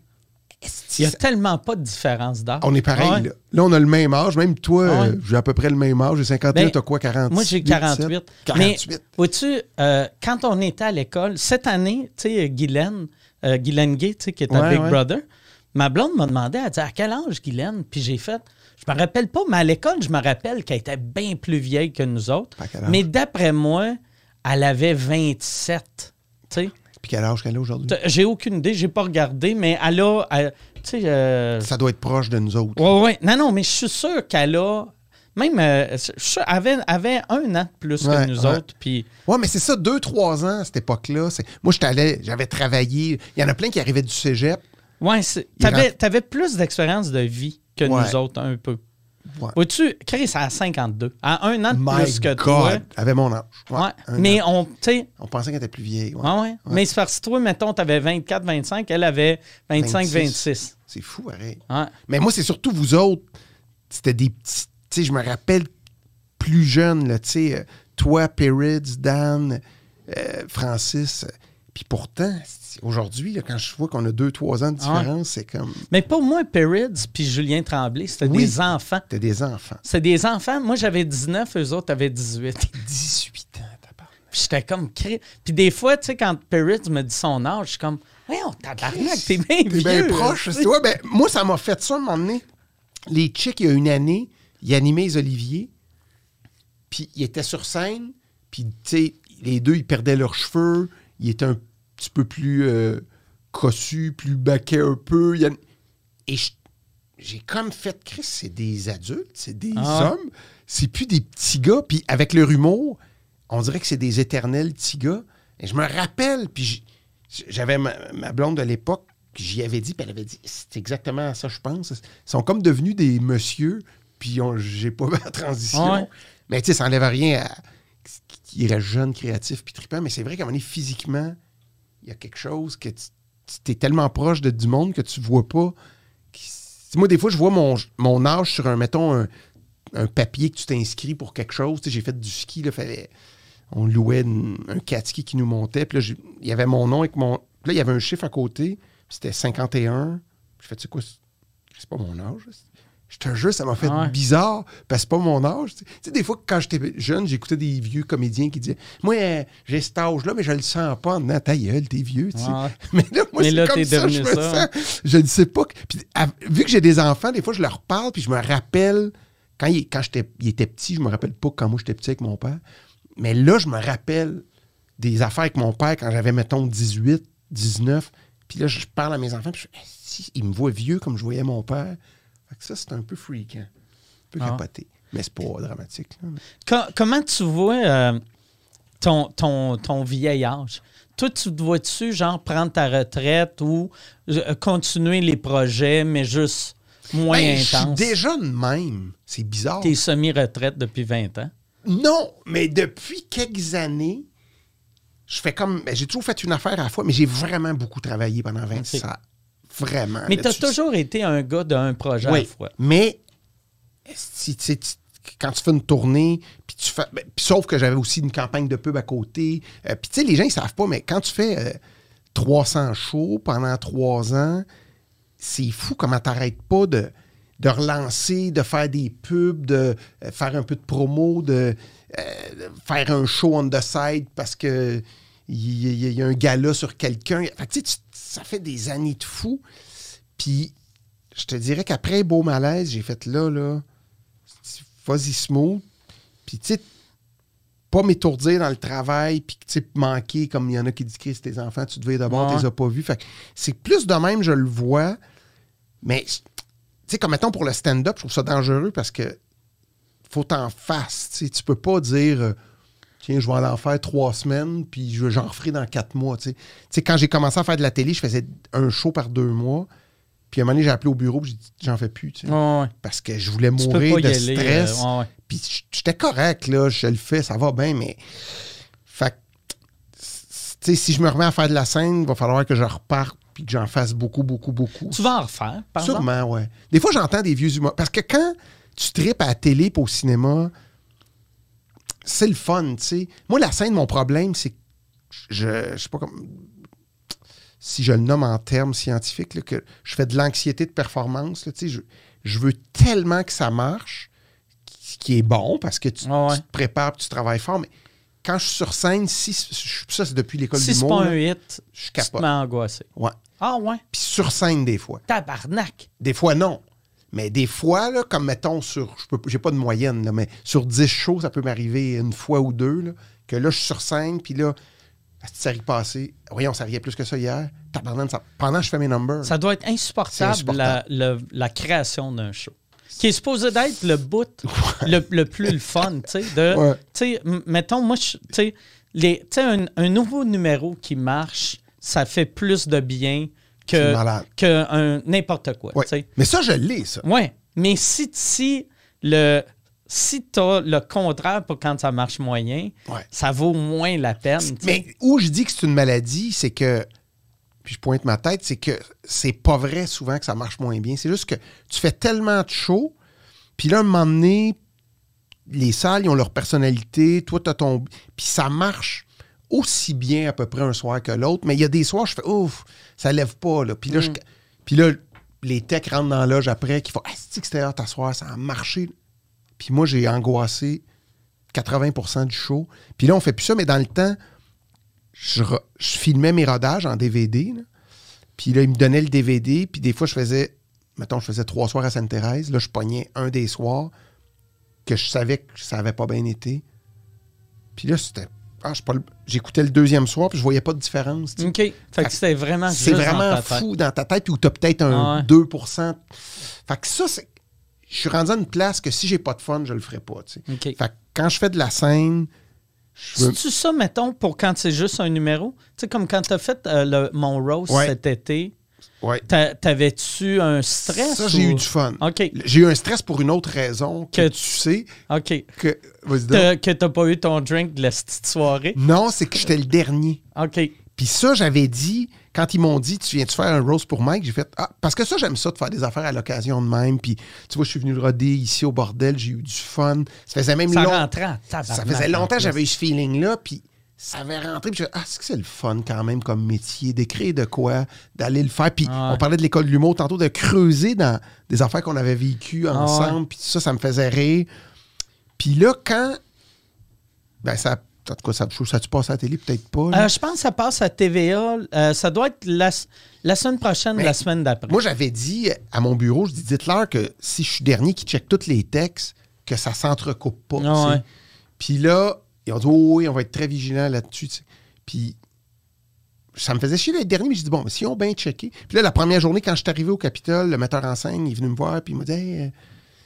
Il n'y a tellement pas de différence d'âge. On est pareil, Ouais. là. Là, on a le même âge. Même toi, Ouais. euh, j'ai à peu près le même âge. J'ai cinquante et un, Ben, t'as quoi, quarante-huit? Moi, j'ai quarante-huit. quarante-huit. Mais, vois-tu, euh, quand on était à l'école, cette année, tu sais, Guylaine, euh, Guylaine Gay, tu sais, qui est un Ouais, Big ouais. Brother, ma blonde m'a demandé, elle dit, à quel âge, Guylaine? Puis j'ai fait, je me rappelle pas, mais à l'école, je me rappelle qu'elle était bien plus vieille que nous autres. À quel âge? Mais d'après moi, elle avait vingt-sept, tu sais. Puis quel âge qu'elle a aujourd'hui? T- J'ai aucune idée, j'ai pas regardé, mais elle a, elle- tu sais... euh, Ça doit être proche de nous autres. Ouais, ouais. Non, non, mais je suis sûr qu'elle a. Même, euh, je suis sûr, elle avait, avait un an de plus Ouais, que nous ouais. autres. Puis, Ouais, mais c'est ça, deux, trois ans à cette époque-là. C'est... Moi, j'étais allé, j'avais travaillé. Il y en a plein qui arrivaient du cégep. ouais, c'est- Il t'avais, rentre- t'avais plus d'expérience de vie que Ouais. nous autres, un peu. Ouais. Vois-tu, Chris, à cinquante-deux. À un an de My plus que God! toi. Avait mon âge. Ouais, Ouais. un Mais an. on, tu sais, On pensait qu'elle était plus vieille. Ouais. ouais, ouais. Mais c'est parce que toi, mettons, t'avais vingt-quatre, vingt-cinq, elle avait vingt-cinq, vingt-six. vingt-six. C'est fou, pareil. Ouais. Mais moi, c'est surtout vous autres. C'était des petits. Tu sais, je me rappelle plus jeune, là, tu sais, euh, toi, Périds, Dan, euh, Francis. euh, Puis pourtant, c'est- aujourd'hui, là, quand je vois qu'on a deux, trois ans de différence, c'est comme. Mais pour moi, Perrids puis Julien Tremblay, c'était Oui. des enfants. T'as des enfants. C'était des enfants. Moi, j'avais dix-neuf, eux autres avaient dix-huit. dix-huit ans, t'as parlé. Puis j'étais comme... cri- Puis des fois, tu sais, quand Perrids me dit son âge, je suis comme... Voyons, tabarnak, t'es bien T'es vieux. bien proche. tu sais. Tu vois, ben, moi, ça m'a fait ça un moment donné. Les Chicks, il y a une année, ils animaient les Oliviers, puis ils étaient sur scène, puis, tu sais, les deux, ils perdaient leurs cheveux, ils étaient un petit peu plus euh, cossus, plus baquets un peu. Il y a- Et je- j'ai comme fait, Chris, c'est des adultes, c'est des Ah. hommes, c'est plus des petits gars, puis avec leur humour, on dirait que c'est des éternels petits gars. Et je me rappelle, puis j'- j'avais ma, ma blonde de l'époque, puis j'y avais dit, puis elle avait dit, c'est exactement ça, je pense. Ils sont comme devenus des messieurs, puis on- j'ai pas vu la transition. Ouais. Mais tu sais, ça n'enlève rien à qu'ils restent jeunes, créatifs, puis trippants. Mais c'est vrai qu'à un moment donné, physiquement, il y a quelque chose que tu es tellement proche de, du monde que tu vois pas. Qui- moi, des fois, je vois mon, mon âge sur un, mettons, un, un papier que tu t'inscris pour quelque chose. Tu sais, j'ai fait du ski, là, fallait, on louait une- un quatre ski qui nous montait. Puis là, j'ai- il y avait mon nom avec mon... Puis là, il y avait un chiffre à côté. Puis c'était cinquante et un. Je fais, tu sais quoi, c'est c'est pas mon âge. Je te jure, ça m'a fait Ah ouais. bizarre, parce que c'est pas mon âge. Tu sais, des fois, quand j'étais jeune, j'écoutais des vieux comédiens qui disaient « Moi, euh, j'ai cet âge-là, mais je le sens pas en dedans. Ta gueule, t'es vieux. tu sais. Ouais. Mais là, moi, Mais c'est là, comme t'es ça, devenu je me ça. sens. Je ne sais pas. que- Puis, à- vu que j'ai des enfants, des fois, je leur parle, puis je me rappelle, quand, il, quand j'étais, il était petit, je me rappelle pas quand moi j'étais petit avec mon père, mais là, je me rappelle des affaires avec mon père quand j'avais, mettons, dix-huit, dix-neuf. Puis là, je parle à mes enfants, puis je, si, ils me voient vieux comme je voyais mon père. Fait que ça, c'est un peu freakant. Un peu ah. capoté. Mais c'est pas dramatique. Là. Com- comment tu vois euh, ton, ton, ton vieil âge? Toi, tu te vois-tu, genre, prendre ta retraite ou euh, continuer les projets, mais juste moins ben, intense? Je suis déjà de même. C'est bizarre. T'es semi-retraite depuis vingt ans? Non, mais depuis quelques années, je fais comme... Ben, j'ai toujours fait une affaire à la fois, mais j'ai vraiment beaucoup travaillé pendant vingt ans. Vraiment. Mais tu as toujours été un gars d'un projet oui, à la fois. Mais si, tu, tu, quand tu fais une tournée, puis tu fais. Ben, pis sauf que j'avais aussi une campagne de pub à côté. Euh, puis tu sais, les gens, ils savent pas, mais quand tu fais euh, trois cents shows pendant trois ans, c'est fou comment t'arrêtes pas de, de relancer, de faire des pubs, de euh, faire un peu de promo, de, euh, de faire un show on the side parce que il y, y, y a un gala sur quelqu'un. Fait que tu sais, ça fait des années de fou. Puis je te dirais qu'après Beau Malaise, j'ai fait là, là, vas-y smooth. Puis, tu sais, pas m'étourdir dans le travail, puis, tu sais, manquer, comme il y en a qui disent que c'est tes enfants, tu devais d'abord, ouais. tu les as pas vus. Fait que c'est plus de même, je le vois. Mais, tu sais, comme mettons pour le stand-up, je trouve ça dangereux parce que faut t'en face. Tu sais, tu peux pas dire, euh, tiens, je vais aller en faire trois semaines, puis j'en referai dans quatre mois. Tu sais, tu sais, quand j'ai commencé à faire de la télé, je faisais un show par deux mois. Puis à un moment donné, j'ai appelé au bureau, puis j'ai dit, j'en fais plus, tu sais. Ouais, ouais. Parce que je voulais mourir de aller, stress. Euh, ouais, ouais. Puis j'étais correct, là, je le fais, ça va bien, mais... Fait que, tu sais, si je me remets à faire de la scène, il va falloir que je reparte, puis que j'en fasse beaucoup, beaucoup, beaucoup. Tu vas en refaire, par Sûrement, exemple? ouais. Des fois, j'entends des vieux humours. Parce que quand tu tripes à la télé et au cinéma, c'est le fun, tu sais. Moi, la scène, mon problème, c'est que je... Je sais pas comme... Si je le nomme en termes scientifiques, là, que je fais de l'anxiété de performance. Là, je, je veux tellement que ça marche, ce qui est bon, parce que tu, oh ouais. tu te prépares et tu travailles fort. Mais quand je suis sur scène, si, ça, c'est depuis l'école si d'humour. Si c'est pas un hit, je capote. Tu te mets angoissé. Ouais. Ah ouais? Puis sur scène, des fois. Tabarnak! Des fois, non. Mais des fois, là, comme mettons, sur. Je peux, j'ai pas de moyenne, là, mais sur dix shows, ça peut m'arriver une fois ou deux, là, que là, je suis sur scène, puis là. Ça arrive passé. Voyons, ça arrivait plus que ça hier. Ça, pendant que je fais mes numbers. Ça doit être insupportable, insupportable. La, la, la création d'un show. Qui est supposé d'être le bout ouais. le, le plus le fun, tu sais. De, ouais. Tu sais, mettons, moi, tu sais, un, un nouveau numéro qui marche, ça fait plus de bien que, que un, n'importe quoi, ouais. tu sais. Mais ça, je l'ai, ça. Oui, mais si, si le... Si tu as le contraire pour quand ça marche moyen, ouais. ça vaut moins la peine. T'sais. Mais où je dis que c'est une maladie, c'est que, puis je pointe ma tête, c'est que c'est pas vrai souvent que ça marche moins bien. C'est juste que tu fais tellement de shows, puis là, à un moment donné, les salles, ils ont leur personnalité, toi, tu as ton... Puis ça marche aussi bien à peu près un soir que l'autre, mais il y a des soirs, je fais, ouf, ça lève pas, là. Puis là, mm. je... puis là les techs rentrent dans la loge après, qui font, ah, c'est-tu que c'était hâte à soir, ça a marché. Puis moi, j'ai angoissé quatre-vingts pour cent du show. Puis là, on fait plus ça, mais dans le temps, je, re, je filmais mes rodages en D V D. Là. Puis là, ils me donnaient le D V D. Puis des fois, je faisais, mettons, je faisais trois soirs à Sainte-Thérèse. Là, je pognais un des soirs que je savais que ça n'avait pas bien été. Puis là, c'était... Ah, je pas le, j'écoutais le deuxième soir, puis je voyais pas de différence. T'sais. OK. Fait, fait que c'était vraiment C'est vraiment dans ta fou tête. dans ta tête, où tu as peut-être un ah ouais. deux pour cent. Fait que ça, c'est... Je suis rendu à une place que si j'ai pas de fun, je le ferai pas. Okay. Fait que quand je fais de la scène... Veux... C'est-tu ça, mettons, pour quand c'est juste un numéro? Tu sais, comme quand tu as fait euh, le, mon roast ouais. cet été, ouais. t'avais-tu un stress? Ça, ou... j'ai eu du fun. Okay. J'ai eu un stress pour une autre raison que, que tu sais. OK. Que, que t'as pas eu ton drink de la petite soirée? Non, c'est que j'étais le dernier. OK. Puis ça, j'avais dit, quand ils m'ont dit, tu viens-tu faire un roast pour Mike? J'ai fait, ah, parce que ça, j'aime ça de faire des affaires à l'occasion de même. Puis, tu vois, je suis venu le roder ici au bordel, j'ai eu du fun. Ça faisait même ça long... rentrait Ça faisait longtemps que j'avais eu ce feeling-là. Puis, ça avait rentré. Puis, je ah, c'est que c'est le fun quand même comme métier, d'écrire de quoi, d'aller le faire. Puis, ah ouais. on parlait de l'école de l'humour tantôt, de creuser dans des affaires qu'on avait vécues ensemble. Ah ouais. Puis, ça, ça me faisait rire. Puis là, quand. Ben, ça. En tout cas, ça, ça tu passes à la télé, peut-être pas. Euh, je pense que ça passe à T V A. Euh, ça doit être la, la semaine prochaine ou la semaine d'après. Moi, j'avais dit à mon bureau, je dis, dites-leur que si je suis dernier qui check tous les textes, que ça s'entrecoupe pas. Ah ouais. Puis là, ils ont dit, oh oui, on va être très vigilants là-dessus. T'sais. Puis ça me faisait chier d'être dernier, mais j'ai dit, bon, mais si on bien checké. Puis là, la première journée, quand je suis arrivé au Capitole, le metteur en scène, il est venu me voir, puis il m'a dit, hey, euh,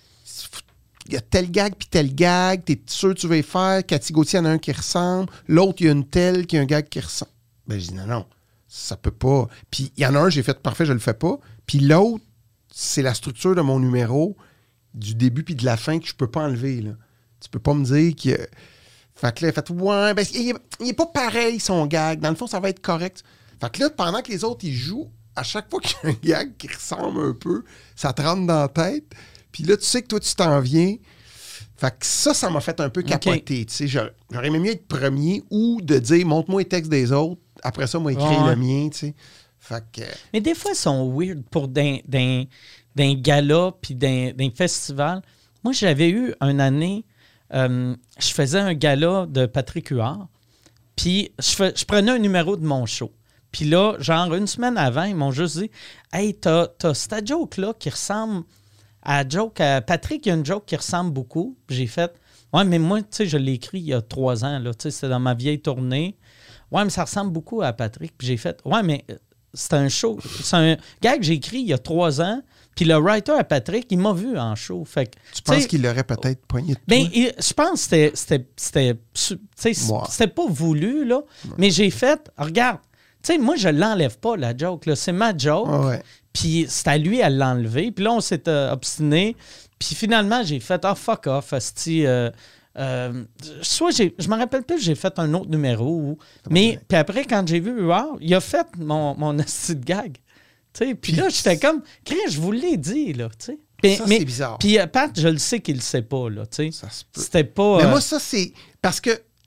il y a tel gag, puis tel gag, t'es sûr que tu vas y faire? Cathy Gauthier, il y en a un qui ressemble. L'autre, il y a une telle qui a un gag qui ressemble. Ben, je dis, non, non, ça peut pas. Puis il y en a un, j'ai fait parfait, je le fais pas. Puis l'autre, c'est la structure de mon numéro, du début puis de la fin, que je peux pas enlever, là. Tu peux pas me dire que. Fait que là, il a fait, ouais, ben, il, est, il est pas pareil, son gag. Dans le fond, ça va être correct. Fait que là, pendant que les autres, ils jouent, à chaque fois qu'il y a un gag qui ressemble un peu, ça te rentre dans la tête. Puis là, tu sais que toi, tu t'en viens. Fait que ça, ça m'a fait un peu capoter. Okay. Tu sais, j'aurais, j'aurais aimé mieux être premier ou de dire, montre-moi les textes des autres. Après ça, moi, écrire ouais. le mien, tu sais. Fait que... Mais des fois, ils sont weird pour d'un, d'un, d'un gala puis d'un, d'un festival. Moi, j'avais eu une année... Euh, je faisais un gala de Patrick Huard, puis je, fais, je prenais un numéro de mon show. Puis là, genre une semaine avant, ils m'ont juste dit « Hey, t'as, t'as cette joke-là qui ressemble à joke à Patrick, il y a une joke qui ressemble beaucoup. » J'ai fait « Ouais, mais moi, tu sais, je l'ai écrit il y a trois ans, là, tu sais, c'était dans ma vieille tournée. Ouais, mais ça ressemble beaucoup à Patrick. » Puis j'ai fait « Ouais, mais c'est un show, c'est un gars que j'ai écrit il y a trois ans. » Puis le writer à Patrick, il m'a vu en show. Fait que, tu penses qu'il l'aurait peut-être poigné de toi? Ben, je pense que c'était, c'était, c'était, c'était pas voulu, là. Ouais. Mais j'ai fait, regarde, tu sais, moi, je l'enlève pas, la joke, là. C'est ma joke. Ouais, ouais. Puis c'est à lui à l'enlever. Puis là, on s'est euh, obstiné. Puis finalement, j'ai fait, ah, oh, fuck off, asti. Euh, euh, soit j'ai, je me rappelle plus, j'ai fait un autre numéro. Ou, mais, puis après, quand j'ai vu Huard, il a fait mon, mon asti de gag. Puis, puis là, j'étais comme, Chris, je vous l'ai dit, là, tu sais. Mais, ça, mais, c'est bizarre. Puis euh, Pat, je le sais qu'il le sait pas, là, tu sais. Ça se peut. C'était pas... Mais euh... moi, ça, c'est... Parce que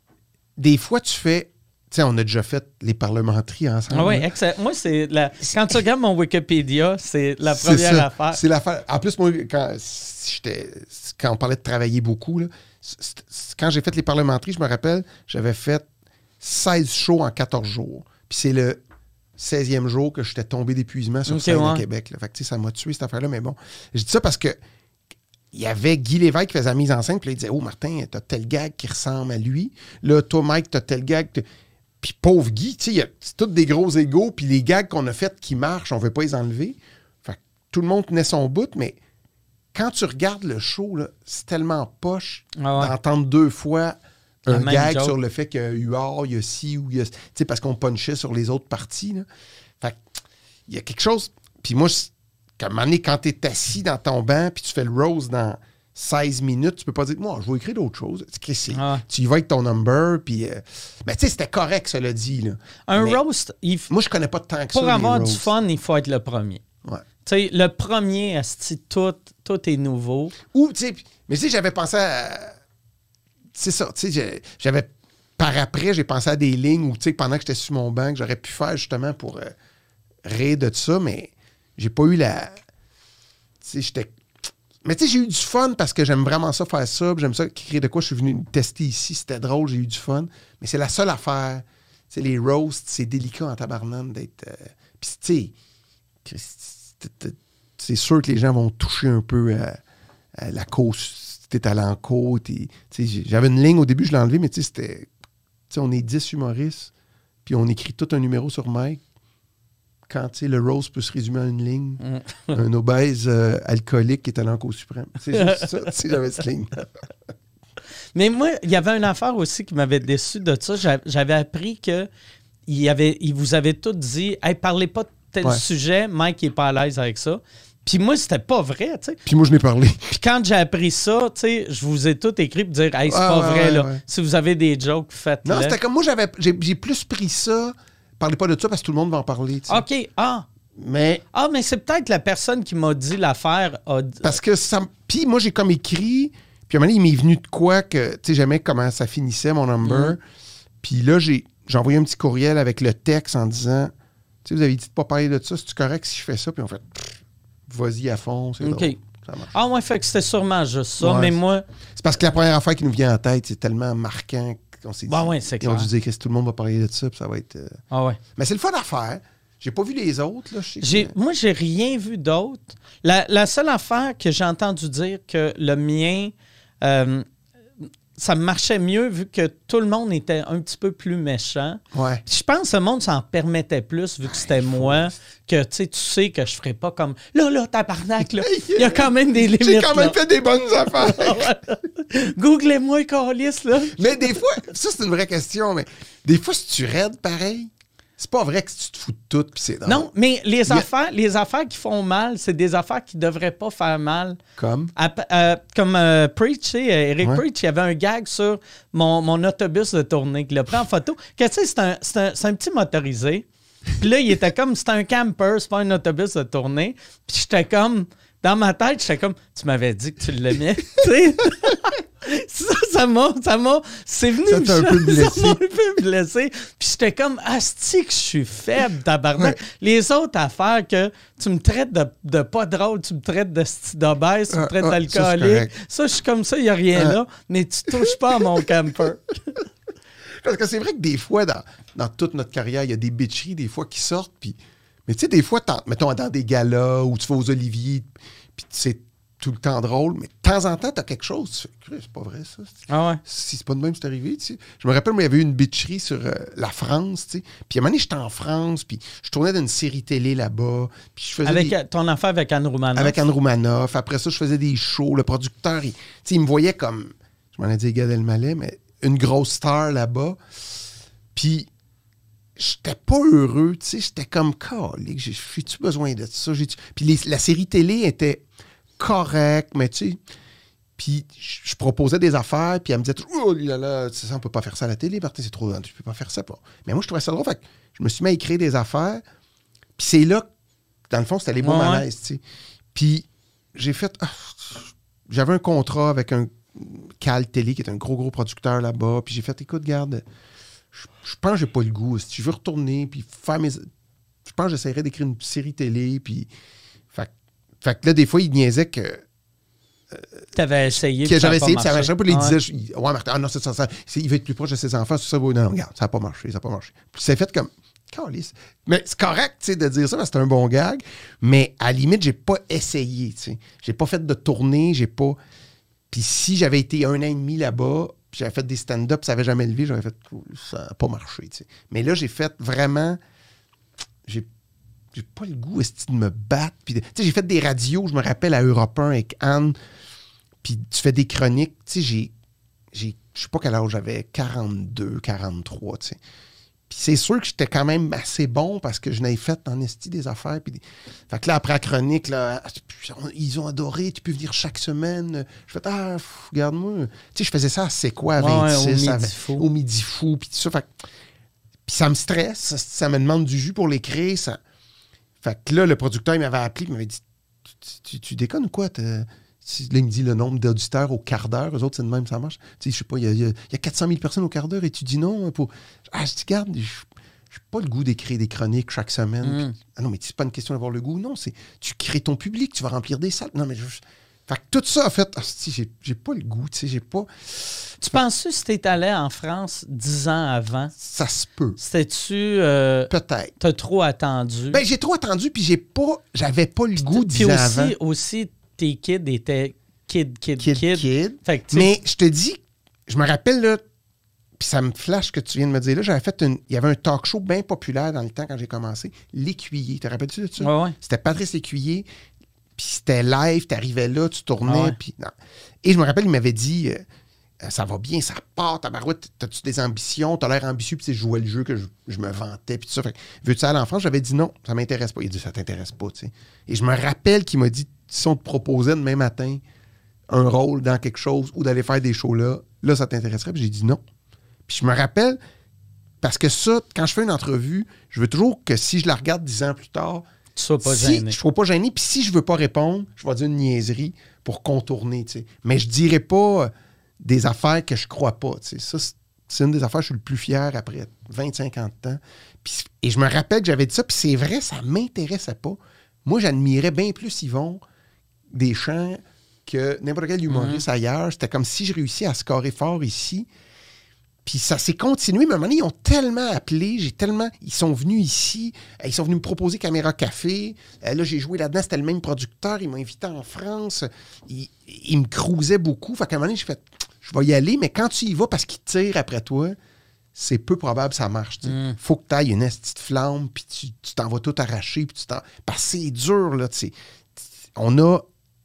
des fois, tu fais... Tu sais, on a déjà fait les parlementaries ensemble. Ah oui, excellent. Moi, c'est... La... Quand tu regardes mon Wikipédia, c'est la première c'est ça. affaire. C'est l'affaire. En plus, moi, quand, j'étais... quand on parlait de travailler beaucoup, là, quand j'ai fait les parlementaries, je me rappelle, j'avais fait seize shows en quatorze jours. Puis c'est le... seizième jour que j'étais tombé d'épuisement sur okay, scène ouais. à Québec. Là. Fait que, ça m'a tué, cette affaire-là, mais bon. Je dis ça parce que il y avait Guy Lévesque qui faisait la mise en scène, puis là, il disait « Oh, Martin, t'as tel gag qui ressemble à lui. Là, toi, Mike, t'as tel gag. » Puis pauvre Guy, tu sais, c'est tous des gros égos, puis les gags qu'on a faits qui marchent, on ne veut pas les enlever. Fait que tout le monde tenait son bout, mais quand tu regardes le show, là, c'est tellement poche ah ouais. d'entendre deux fois... un la gag sur le fait qu'il y a Huard, il y a ci ou il y a... Tu sais, parce qu'on punchait sur les autres parties. Là. Fait il y a quelque chose... Puis moi, à un moment donné, quand t'es assis dans ton banc puis tu fais le rose dans seize minutes, tu peux pas dire « Moi, je vais écrire d'autres choses. » ah. Tu y vas avec ton number, puis... Euh... Ben, tu sais, c'était correct, cela dit. Là. Un mais roast... Il f... Moi, je connais pas tant que Pour ça, Pour avoir du fun, il faut être le premier. Ouais. Tu sais, le premier, tout, tout est nouveau. Ou, tu sais... Mais tu sais, j'avais pensé à... C'est ça, tu sais, j'avais... Par après, j'ai pensé à des lignes où, tu sais, pendant que j'étais sur mon banc, que j'aurais pu faire justement pour euh, rire de ça, mais j'ai pas eu la... Tu sais, j'étais... Mais tu sais, j'ai eu du fun parce que j'aime vraiment ça, faire ça, j'aime ça, écrire de quoi je suis venu tester ici, c'était drôle, j'ai eu du fun, mais c'est la seule affaire. Tu sais, les roasts, c'est délicat en tabarnane d'être... Euh... Puis, tu sais, c'est sûr que les gens vont toucher un peu à, à la cause... T'es allé en côte. J'avais une ligne au début, je l'ai enlevée, mais tu sais, c'était. On est dix humoristes, puis on écrit tout un numéro sur Mike. Quand le rose peut se résumer à une ligne, mm. un obèse euh, alcoolique qui est allé en Cour suprême. C'est juste ça, j'avais cette ligne. Mais moi, il y avait une affaire aussi qui m'avait déçu de ça. J'avais appris que il, avait, il vous avait tout dit hey, parlez pas de tel ouais. sujet, Mike n'est pas à l'aise avec ça. Puis moi, c'était pas vrai, tu sais. Puis moi, je n'ai parlé. Puis quand j'ai appris ça, tu sais, je vous ai tout écrit pour dire « Hey, c'est ah, pas ouais, vrai, ouais, là. Ouais. Si vous avez des jokes, faites-les. » Non, c'était comme moi, j'avais, j'ai, j'ai plus pris ça. Parlez pas de ça parce que tout le monde va en parler, tu sais. OK, ah. Mais... Ah, mais c'est peut-être la personne qui m'a dit l'affaire. A... Parce que ça... Puis moi, j'ai comme écrit... Puis à un moment donné, il m'est venu de quoi que... Tu sais, j'aimais comment ça finissait, mon number. Mm. Puis là, j'ai, j'ai envoyé un petit courriel avec le texte en disant... Tu sais, vous avez dit de pas parler de ça. C'est-tu correct si je fais ça? Puis on fait... Vas-y à fond, c'est OK. drôle. Ça marche. Ah ouais, fait que c'était sûrement juste ça, ouais, mais moi... C'est parce que la première affaire qui nous vient en tête, c'est tellement marquant qu'on s'est dit... Bah ouais, c'est clair. On a dû dire que tout le monde va parler de ça, puis ça va être... Euh... Ah ouais. Mais c'est le fun à faire. J'ai pas vu les autres, là. Je sais j'ai, que... Moi, j'ai rien vu d'autre. La, la seule affaire que j'ai entendu dire que le mien... Euh, ça marchait mieux vu que tout le monde était un petit peu plus méchant. Ouais. Je pense que le monde s'en permettait plus vu que c'était faut... moi, que tu sais, tu sais que je ferais pas comme là, là, tabarnak, là. Il y a quand même des limites. J'ai quand même là. fait des bonnes affaires. Googlez-moi, Carlis, là. Mais des fois, ça c'est une vraie question, mais des fois, si tu raides pareil, c'est pas vrai que tu te fous de tout pis c'est drôle. Non, mais les a... affaires, les affaires qui font mal, c'est des affaires qui devraient pas faire mal. Comme? À, euh, comme euh, Preach, tu sais, Eric ouais. Preach, il y avait un gag sur mon, mon autobus de tournée qu'il a pris en photo. Que, tu sais, c'est un, c'est, un, c'est un petit motorisé. Puis là, il était comme, c'était un camper, c'est pas un autobus de tournée. Puis j'étais comme, dans ma tête, j'étais comme, tu m'avais dit que tu l'aimais. Tu sais? Ça, ça m'a, ça m'a, c'est venu ça me t'a un peu blessé. Ça m'a un peu blessé. Puis j'étais comme, asti que je suis faible, tabarnak. Ouais. Les autres affaires que tu me traites de, de pas drôle, tu me traites de sti d'obèse, tu me traites ah, d'alcoolique. Ça, ça, je suis comme ça, il n'y a rien ah. là. Mais tu touches pas à mon camper. Parce que c'est vrai que des fois, dans, dans toute notre carrière, il y a des bitcheries, des fois, qui sortent. Puis, mais tu sais, des fois, mettons, dans des galas où tu vas aux Oliviers, puis c'est tout le temps drôle, mais de temps en temps, t'as quelque chose. Tu fais, c'est pas vrai, ça. Ah ouais. Si c'est pas de même, c'est arrivé, tu sais. Je me rappelle, moi, il y avait eu une bitcherie sur euh, la France, tu sais. Puis à un moment donné, j'étais en France, puis je tournais dans une série télé là-bas. Puis je faisais avec des... ton affaire avec Anne Roumanoff. Avec Anne Roumanoff. Après ça, je faisais des shows. Le producteur, il, tu sais, il me voyait comme, je m'en ai dit Gad Elmaleh, mais une grosse star là-bas. Puis j'étais pas heureux, tu sais. J'étais comme, calique, j'ai-tu besoin de ça? J'ai-tu... Puis les, la série télé était correct, mais tu sais, puis je proposais des affaires, puis elle me disait oh là là, ça, on peut pas faire ça à la télé, Martin, c'est trop, tu peux pas faire ça. Pas. Mais moi, je trouvais ça drôle, fait que je me suis mis à écrire des affaires, puis c'est là, dans le fond, c'était les bons ouais. malaises, tu sais. Puis j'ai fait, ah, j'avais un contrat avec un Cal Télé, qui est un gros, gros producteur là-bas, puis j'ai fait, écoute, garde, je, je pense que j'ai pas le goût, si je veux retourner, puis faire mes... Je pense que j'essaierais d'écrire une série télé, puis... Fait Fait que là, des fois, il niaisait que... Euh, T'avais essayé, que j'avais essayé, puis ça marchait pas. Il ah ouais. disait, je, ouais, Martin, ah non, c'est ça, ça c'est, il veut être plus proche de ses enfants, tout ça. Non, non, regarde, ça n'a pas marché, ça n'a pas marché. Puis c'est fait comme, calice. Mais c'est correct, tu sais, de dire ça, parce que c'est un bon gag. Mais à la limite, j'ai pas essayé, tu sais. J'ai pas fait de tournée, j'ai pas... Puis si j'avais été un an et demi là-bas, puis j'avais fait des stand-up, ça n'avait jamais levé, j'aurais fait, ça n'a pas marché, tu sais. Mais là, j'ai fait vraiment... J'ai J'ai pas le goût de me battre. Puis, j'ai fait des radios, je me rappelle, à Europe un avec Anne. Puis tu fais des chroniques. Tu sais, j'ai, j'ai, je sais pas quel âge j'avais, quarante-deux, quarante-trois, tu sais. Puis c'est sûr que j'étais quand même assez bon parce que je n'avais fait en esti des affaires. Puis des... Fait que là, après la chronique, là, ils ont adoré, tu peux venir chaque semaine. Je fais, ah, pff, regarde-moi. Tu sais, je faisais ça à C'est quoi, à vingt-six, ouais, au, à, midi fou. au Midi Fou, puis tout ça. Fait que, puis ça me stresse, ça, ça me demande du jus pour l'écrire, ça... Fait que là, le producteur, il m'avait appelé, il m'avait dit Tu, tu, tu déconnes ou quoi? T'as... Là, il me dit le nombre d'auditeurs au quart d'heure. Eux autres, c'est de même, ça marche. Tu sais, je sais pas, il y a, il y a quatre cent mille personnes au quart d'heure et tu dis non. Pour... Ah, je dis, garde, je n'ai pas le goût d'écrire des chroniques chaque semaine. Mm. Puis, ah non, mais c'est pas une question d'avoir le goût. Non, c'est tu crées ton public, tu vas remplir des salles. Non, mais je... Fait que tout ça a fait, ah, si, j'ai, j'ai pas le goût, tu sais, j'ai pas... Tu penses-tu si t'es allé en France dix ans avant? Ça se peut. C'était-tu... Euh, Peut-être. T'as trop attendu? Ben, j'ai trop attendu, puis j'ai pas... J'avais pas le goût dix ans avant. Puis aussi, tes kids étaient kid, kid, kid. kid. kid. Fait que, mais je te dis, je me rappelle, là, puis ça me flash que tu viens de me dire, là, j'avais fait une... Il y avait un talk show bien populaire dans le temps quand j'ai commencé, L'Écuyer. Te rappelles-tu de ça? Ouais, ouais. C'était Patrice Lécuyer. Puis c'était live, t'arrivais là, tu tournais, ah ouais. puis non. Et je me rappelle, il m'avait dit euh, ça va bien, ça part, tabarouette, t'as-tu des ambitions, t'as l'air ambitieux, puis je jouais le jeu que je, je me vantais, puis tout ça. Fait, veux-tu aller en France? J'avais dit non, ça m'intéresse pas. Il a dit ça t'intéresse pas, tu sais. Et je me rappelle qu'il m'a dit si on te proposait demain matin un rôle dans quelque chose ou d'aller faire des shows là, là, ça t'intéresserait? Puis j'ai dit non. Puis je me rappelle, parce que ça, quand je fais une entrevue, je veux toujours que si je la regarde dix ans plus tard, tu sois pas si gêné. Je ne sois pas gêné, puis si je veux pas répondre, je vais dire une niaiserie pour contourner, tu sais. Mais je dirais pas des affaires que je crois pas, tu sais. Ça, c'est, c'est une des affaires que je suis le plus fier après vingt-cinq ans de temps. Puis, et je me rappelle que j'avais dit ça, puis c'est vrai, ça m'intéressait pas. Moi, j'admirais bien plus Yvon Deschamps que n'importe quel humoriste mm-hmm. ailleurs. C'était comme si je réussissais à scorer fort ici. Puis ça s'est continué, mais à un moment donné, ils ont tellement appelé, j'ai tellement... Ils sont venus ici, ils sont venus me proposer Caméra Café. Euh, là, j'ai joué là-dedans, c'était le même producteur, il m'a invité en France. Il, il me cruisait beaucoup. Fait qu'à un moment donné, j'ai fait... je vais y aller, mais quand tu y vas parce qu'il tire après toi, c'est peu probable que ça marche. Il mm. faut que tu ailles une petite flamme, puis tu, tu t'en vas tout arracher, puis tu t'en... Parce que c'est dur, là, tu sais. On a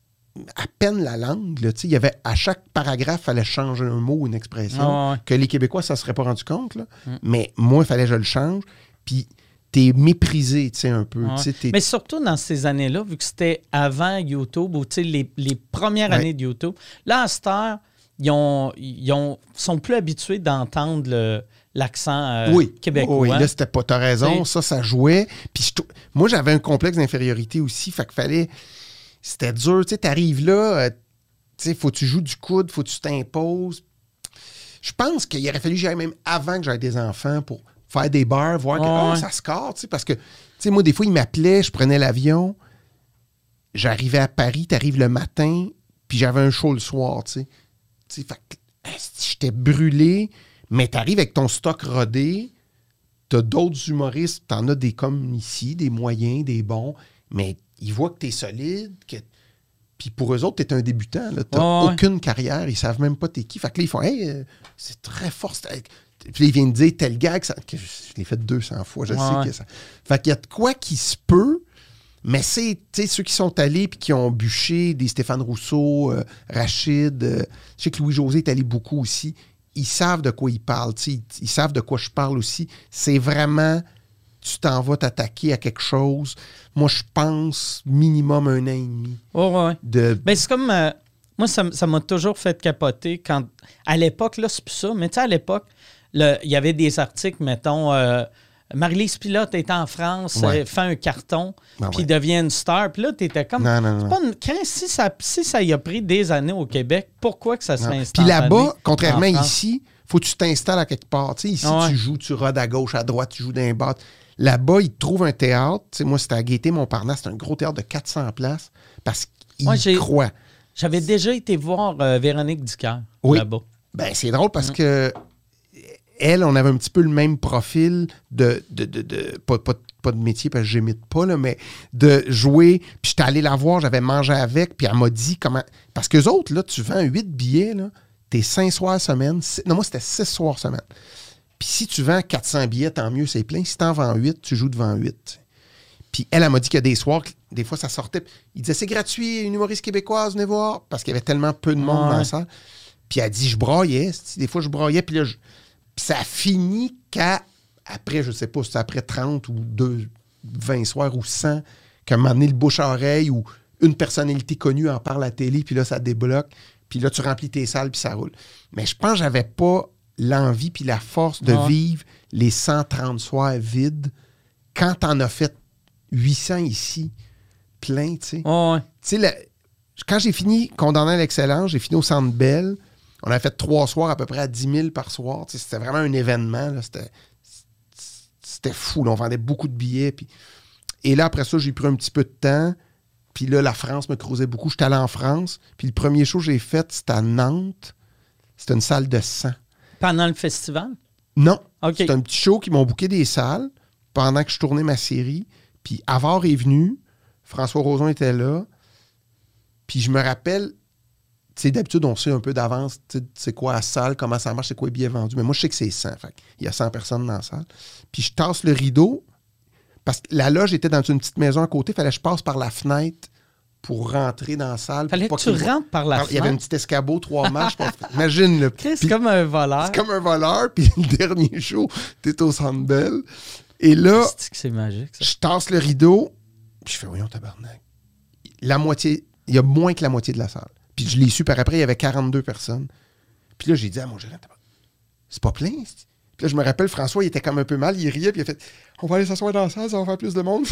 à peine la langue, là, tu sais. Il y avait, à chaque paragraphe, il fallait changer un mot, une expression, oh, ouais. que les Québécois, ça ne se serait pas rendu compte, là. Mm. Mais moi, il fallait que je le change, puis t'es méprisé, tu sais, un peu. Ouais. T'es... Mais surtout dans ces années-là, vu que c'était avant YouTube, ou tu sais, les, les premières ouais. années de YouTube, là, à cette heure, ils ont, ils ont, sont plus habitués d'entendre le... l'accent euh, oui. québécois. Oui, là, c'était pas... T'as raison, ça, ça jouait. Puis je... moi, j'avais un complexe d'infériorité aussi, fait qu'il fallait... C'était dur, tu sais, t'arrives là, euh, tu sais, faut que tu joues du coude, faut que tu t'imposes. Je pense qu'il aurait fallu que j'aille même avant que j'aie des enfants pour faire des bars, voir que oh, ça score, tu sais, parce que, tu sais, moi, des fois, ils m'appelaient, je prenais l'avion, j'arrivais à Paris, t'arrives le matin, puis j'avais un show le soir, tu sais. Tu sais, fait que j'étais brûlé. Mais t'arrives avec ton stock rodé, t'as d'autres humoristes, t'en as des comme ici, des moyens, des bons, mais ils voient que t'es solide, que... puis pour eux autres, t'es un débutant, là, t'as oh, aucune ouais. carrière, ils savent même pas t'es qui. Fait que là, ils font « Hey, euh, c'est très fort. » Puis là, ils viennent dire tel gag, ça... que je l'ai fait deux cents fois, je oh, sais ouais. que ça... Fait qu'il y a de quoi qui se peut, mais c'est, tu sais, ceux qui sont allés puis qui ont bûché, des Stéphane Rousseau, euh, Rachid, euh, je sais que Louis-José est allé beaucoup aussi. Ils savent de quoi ils parlent, ils, ils savent de quoi je parle aussi. C'est vraiment, tu t'en vas t'attaquer à quelque chose. Moi, je pense minimum un an et demi. Oh, ouais. De... Ben, c'est comme, euh, moi, ça, ça m'a toujours fait capoter quand, à l'époque, là, c'est plus ça, mais tu sais, à l'époque, il y avait des articles, mettons, euh, Marie-Lise Pilote est en France, ouais. euh, fait un carton, ben puis ouais. devient une star. Puis là, tu étais comme... Non, non, non. Pas une... si, ça, si ça y a pris des années au Québec, pourquoi que ça serait installé? Puis là-bas, contrairement ici, faut que tu t'installes à quelque part. Tu sais, ici, ouais. tu joues, tu rodes à gauche, à droite, tu joues dans les bottes. Là-bas, ils te trouvent un théâtre. Tu sais, moi, c'était à Gaîté-Montparnasse. C'est un gros théâtre de quatre cents places parce qu'ils ouais, croient. J'avais déjà été voir euh, Véronique Dicker oui. là-bas. Ben, c'est drôle parce mmh. que elle, on avait un petit peu le même profil de... de, de, de pas, pas, pas de métier, parce que j'imite pas, là, mais de jouer. Puis j'étais allé la voir, j'avais mangé avec, puis elle m'a dit comment... Parce qu'eux autres, là, tu vends huit billets, là, t'es cinq soirs semaine. Six... Non, moi, c'était six soirs semaine. Puis si tu vends quatre cents billets, tant mieux, c'est plein. Si t'en vends huit, tu joues devant huit. Puis elle, elle m'a dit qu'il y a des soirs, des fois, ça sortait. Il disait, c'est gratuit, une humoriste québécoise, venez voir. Parce qu'il y avait tellement peu de monde ouais. dans la salle. Puis elle dit, je braillais. Des fois, je braillais, puis là, je... Puis ça a fini qu'à, après, je sais pas, c'est après trente ou deux, vingt soirs ou cent, qu'à un moment donné, le bouche-à-oreille ou une personnalité connue en parle à la télé, puis là, ça débloque. Puis là, tu remplis tes salles, puis ça roule. Mais je pense que j'avais pas l'envie puis la force de ouais. vivre les cent trente soirs vides quand t'en as fait huit cents ici, plein, tu sais. Oh, ouais. Tu sais, quand j'ai fini Condamné à l'excellence, j'ai fini au Centre Bell. On a fait trois soirs à peu près à dix mille par soir. Tu sais, c'était vraiment un événement. Là. C'était, c'était fou. Là. On vendait beaucoup de billets. Puis... Et là, après ça, j'ai pris un petit peu de temps. Puis là, la France me creusait beaucoup. J'étais allé en France. Puis le premier show que j'ai fait, c'était à Nantes. C'était une salle de cent. Pendant le festival? Non. Okay. C'était un petit show qui m'ont booké des salles pendant que je tournais ma série. Puis Avard est venu. François Roson était là. Puis je me rappelle... Tu sais, d'habitude, on sait un peu d'avance, tu sais, c'est quoi la salle, comment ça marche, c'est quoi les billets vendus. Mais moi, je sais que c'est cent. Fait il y a cent personnes dans la salle. Puis je tasse le rideau, parce que la loge était dans une petite maison à côté. Il fallait que je passe par la fenêtre pour rentrer dans la salle. Fallait que tu rentres par la fenêtre. Il y avait un petit escabeau, trois marches. Imagine, là. C'est comme un voleur. C'est comme un voleur. Puis le dernier show, t'es au Centre Bell. Et là, c'est, que c'est magique, ça. Je tasse le rideau, puis je fais, voyons, tabarnak. La moitié, il y a moins que la moitié de la salle. Puis je l'ai su par après, il y avait quarante-deux personnes. Puis là, j'ai dit à mon gérant, c'est pas plein. Puis là, je me rappelle, François, il était comme un peu mal, il riait, puis il a fait, on va aller s'asseoir dans la salle, ça va faire plus de monde.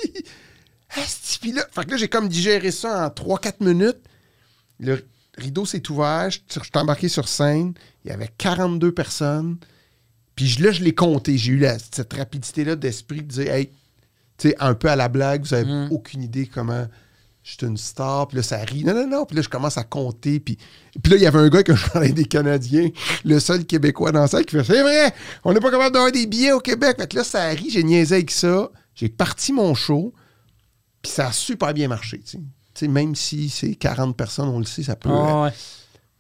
Puis là, fait que là, j'ai comme digéré ça en trois quatre minutes. Le rideau s'est ouvert, je suis embarqué sur scène, il y avait quarante-deux personnes. Puis là, je l'ai compté. J'ai eu la, cette rapidité-là d'esprit de dire, hey, tu sais, un peu à la blague, vous avez mm. aucune idée comment... Je suis une star, puis là, ça rit. Non, non, non. Puis là, je commence à compter. Puis, puis là, il y avait un gars que je parlais des Canadiens, le seul Québécois dans ça, qui fait « C'est vrai, on n'est pas capable d'avoir des billets au Québec. » Fait que là, ça rit, j'ai niaisé avec ça. J'ai parti mon show, puis ça a super bien marché. Tu sais, même si c'est quarante personnes, on le sait, ça peut... Oh, ouais.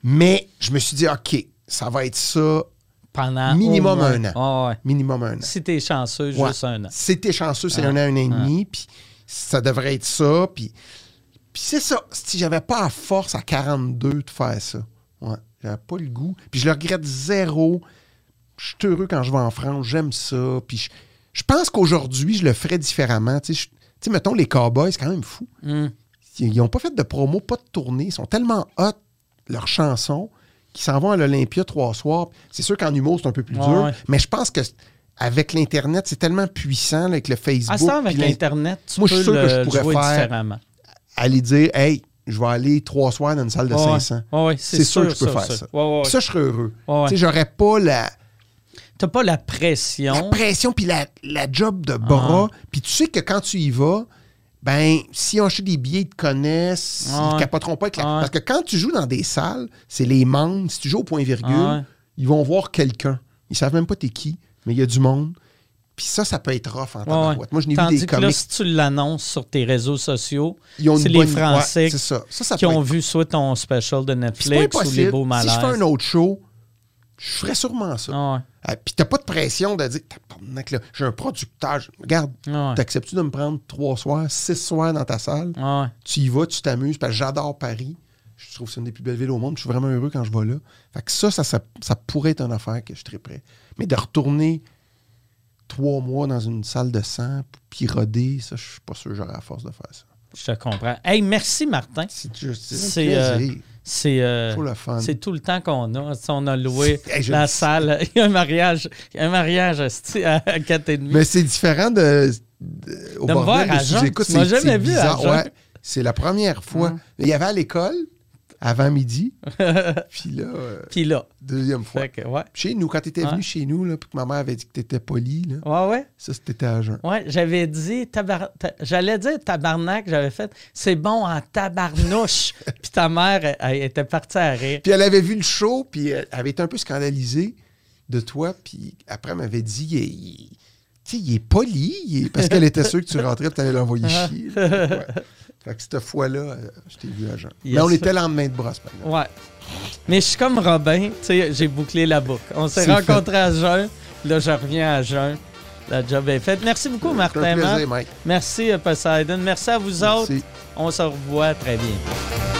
Mais je me suis dit, OK, ça va être ça pendant minimum moins. un an. Oh, ouais. Minimum un an. Si t'es chanceux, Ouais. juste un an. Si t'es chanceux, c'est Ah. un an, un an et Ah. demi, puis ça devrait être ça, puis... Puis c'est ça, si j'avais pas à force à quarante-deux de faire ça. Ouais, j'avais pas le goût. Puis je le regrette zéro. Je suis heureux quand je vais en France, j'aime ça. Puis je, je pense qu'aujourd'hui, je le ferais différemment. Tu sais, je- tu sais, mettons, les Cowboys, c'est quand même fou. Mm. Ils n'ont pas fait de promo, pas de tournée. Ils sont tellement hot, leurs chansons, qu'ils s'en vont à l'Olympia trois soirs. C'est sûr qu'en humour, c'est un peu plus Ouais, dur. ouais. Mais je pense que avec l'Internet, c'est tellement puissant là, avec le Facebook. À ça, avec puis l'in- l'Internet, tu Moi, je peux suis sûr que je le pourrais jouer faire- différemment. aller dire, hey, je vais aller trois soirs dans une salle de Ouais, cinq cents. ouais, ouais, c'est C'est sûr sûr, que je peux ça, faire ça. ça. Ouais, ouais, ouais. Ça, je serais heureux. Ouais, ouais. Tu sais, j'aurais pas la, T'as pas la la pression. pression puis la, la job de bras. Puis tu sais que quand tu y vas, ben, s'ils ont acheté des billets, ils te connaissent, Ouais. ils capoteront pas avec la... Ouais. Parce que quand tu joues dans des salles, c'est les membres. Si tu joues au point-virgule, Ouais. ils vont voir quelqu'un. Ils savent même pas t'es qui, mais il y a du monde. Puis ça, ça peut être rough en Ouais, tabarouette. ouais. Moi, je n'ai vu Tandis des que là, comics. si tu l'annonces sur tes réseaux sociaux, Ils ont une c'est les bonne- Français ouais, c'est ça. Ça, ça qui peut ont être- vu soit ton special de C'est pas Netflix ou les impossible. beaux Si malaises. je fais un autre show, je ferais sûrement ça. Ah ouais. Euh, Puis t'as pas de pression de dire, tabarnak, là, j'ai un producteur. je- Regarde, Ah ouais. t'acceptes-tu de me prendre trois soirs, six soirs dans ta salle? Ah ouais. Tu y vas, tu t'amuses, parce que j'adore Paris. Je trouve que c'est une des plus belles villes au monde. Je suis vraiment heureux quand je vais là. Fait que ça, ça, ça, ça pourrait être une affaire que je serais prêt. Mais de retourner trois mois dans une salle de sang, puis roder, ça, je suis pas sûr que j'aurais la force de faire ça. Je te comprends. Hey, merci, Martin. C'est juste c'est C'est, un euh, plaisir. C'est euh, Trop le fun. c'est tout le temps qu'on a. Si on a loué Hey, je la le sais. salle. Il y a un mariage, il y a un mariage esti, à quatre et demi. Mais c'est différent de, de, au De me voir bordel, à si Jeun. j'écoute, Tu m'as c'est- jamais c'est vu à bizarre. Jeun. Ouais, c'est la première fois. Mm. Mais il y avait à l'école, avant midi, puis là, euh, Puis là. deuxième fois. Fait que, ouais. Chez nous, quand tu étais Ouais. venu chez nous, là, puis que ma mère avait dit que tu étais poli, là, Ouais, ouais. ça, c'était à jeun. Ouais, j'avais dit, tabar... ta- j'allais dire tabarnak, j'avais fait, c'est bon en tabarnouche. Puis ta mère, elle, elle était partie à rire. Puis elle avait vu le show, puis elle avait été un peu scandalisée de toi, puis après, elle m'avait dit, il est, il- tu sais, il est poli, il est- parce qu'elle était sûre que tu rentrais et tu allais l'envoyer chier. là. Ouais. Fait que cette fois-là, euh, je t'ai vu à jeun. Yes. Mais on était lendemain de brosse, par exemple. Ouais. Mais je suis comme Robin, tu sais, j'ai bouclé la boucle. On s'est C'est rencontrés à jeun, là je reviens à jeun. La job est faite. Merci beaucoup, C'est Martin. un plaisir, Matt. Mike. Merci, euh, Poseidon. Merci à vous autres. Merci. On se revoit très bien.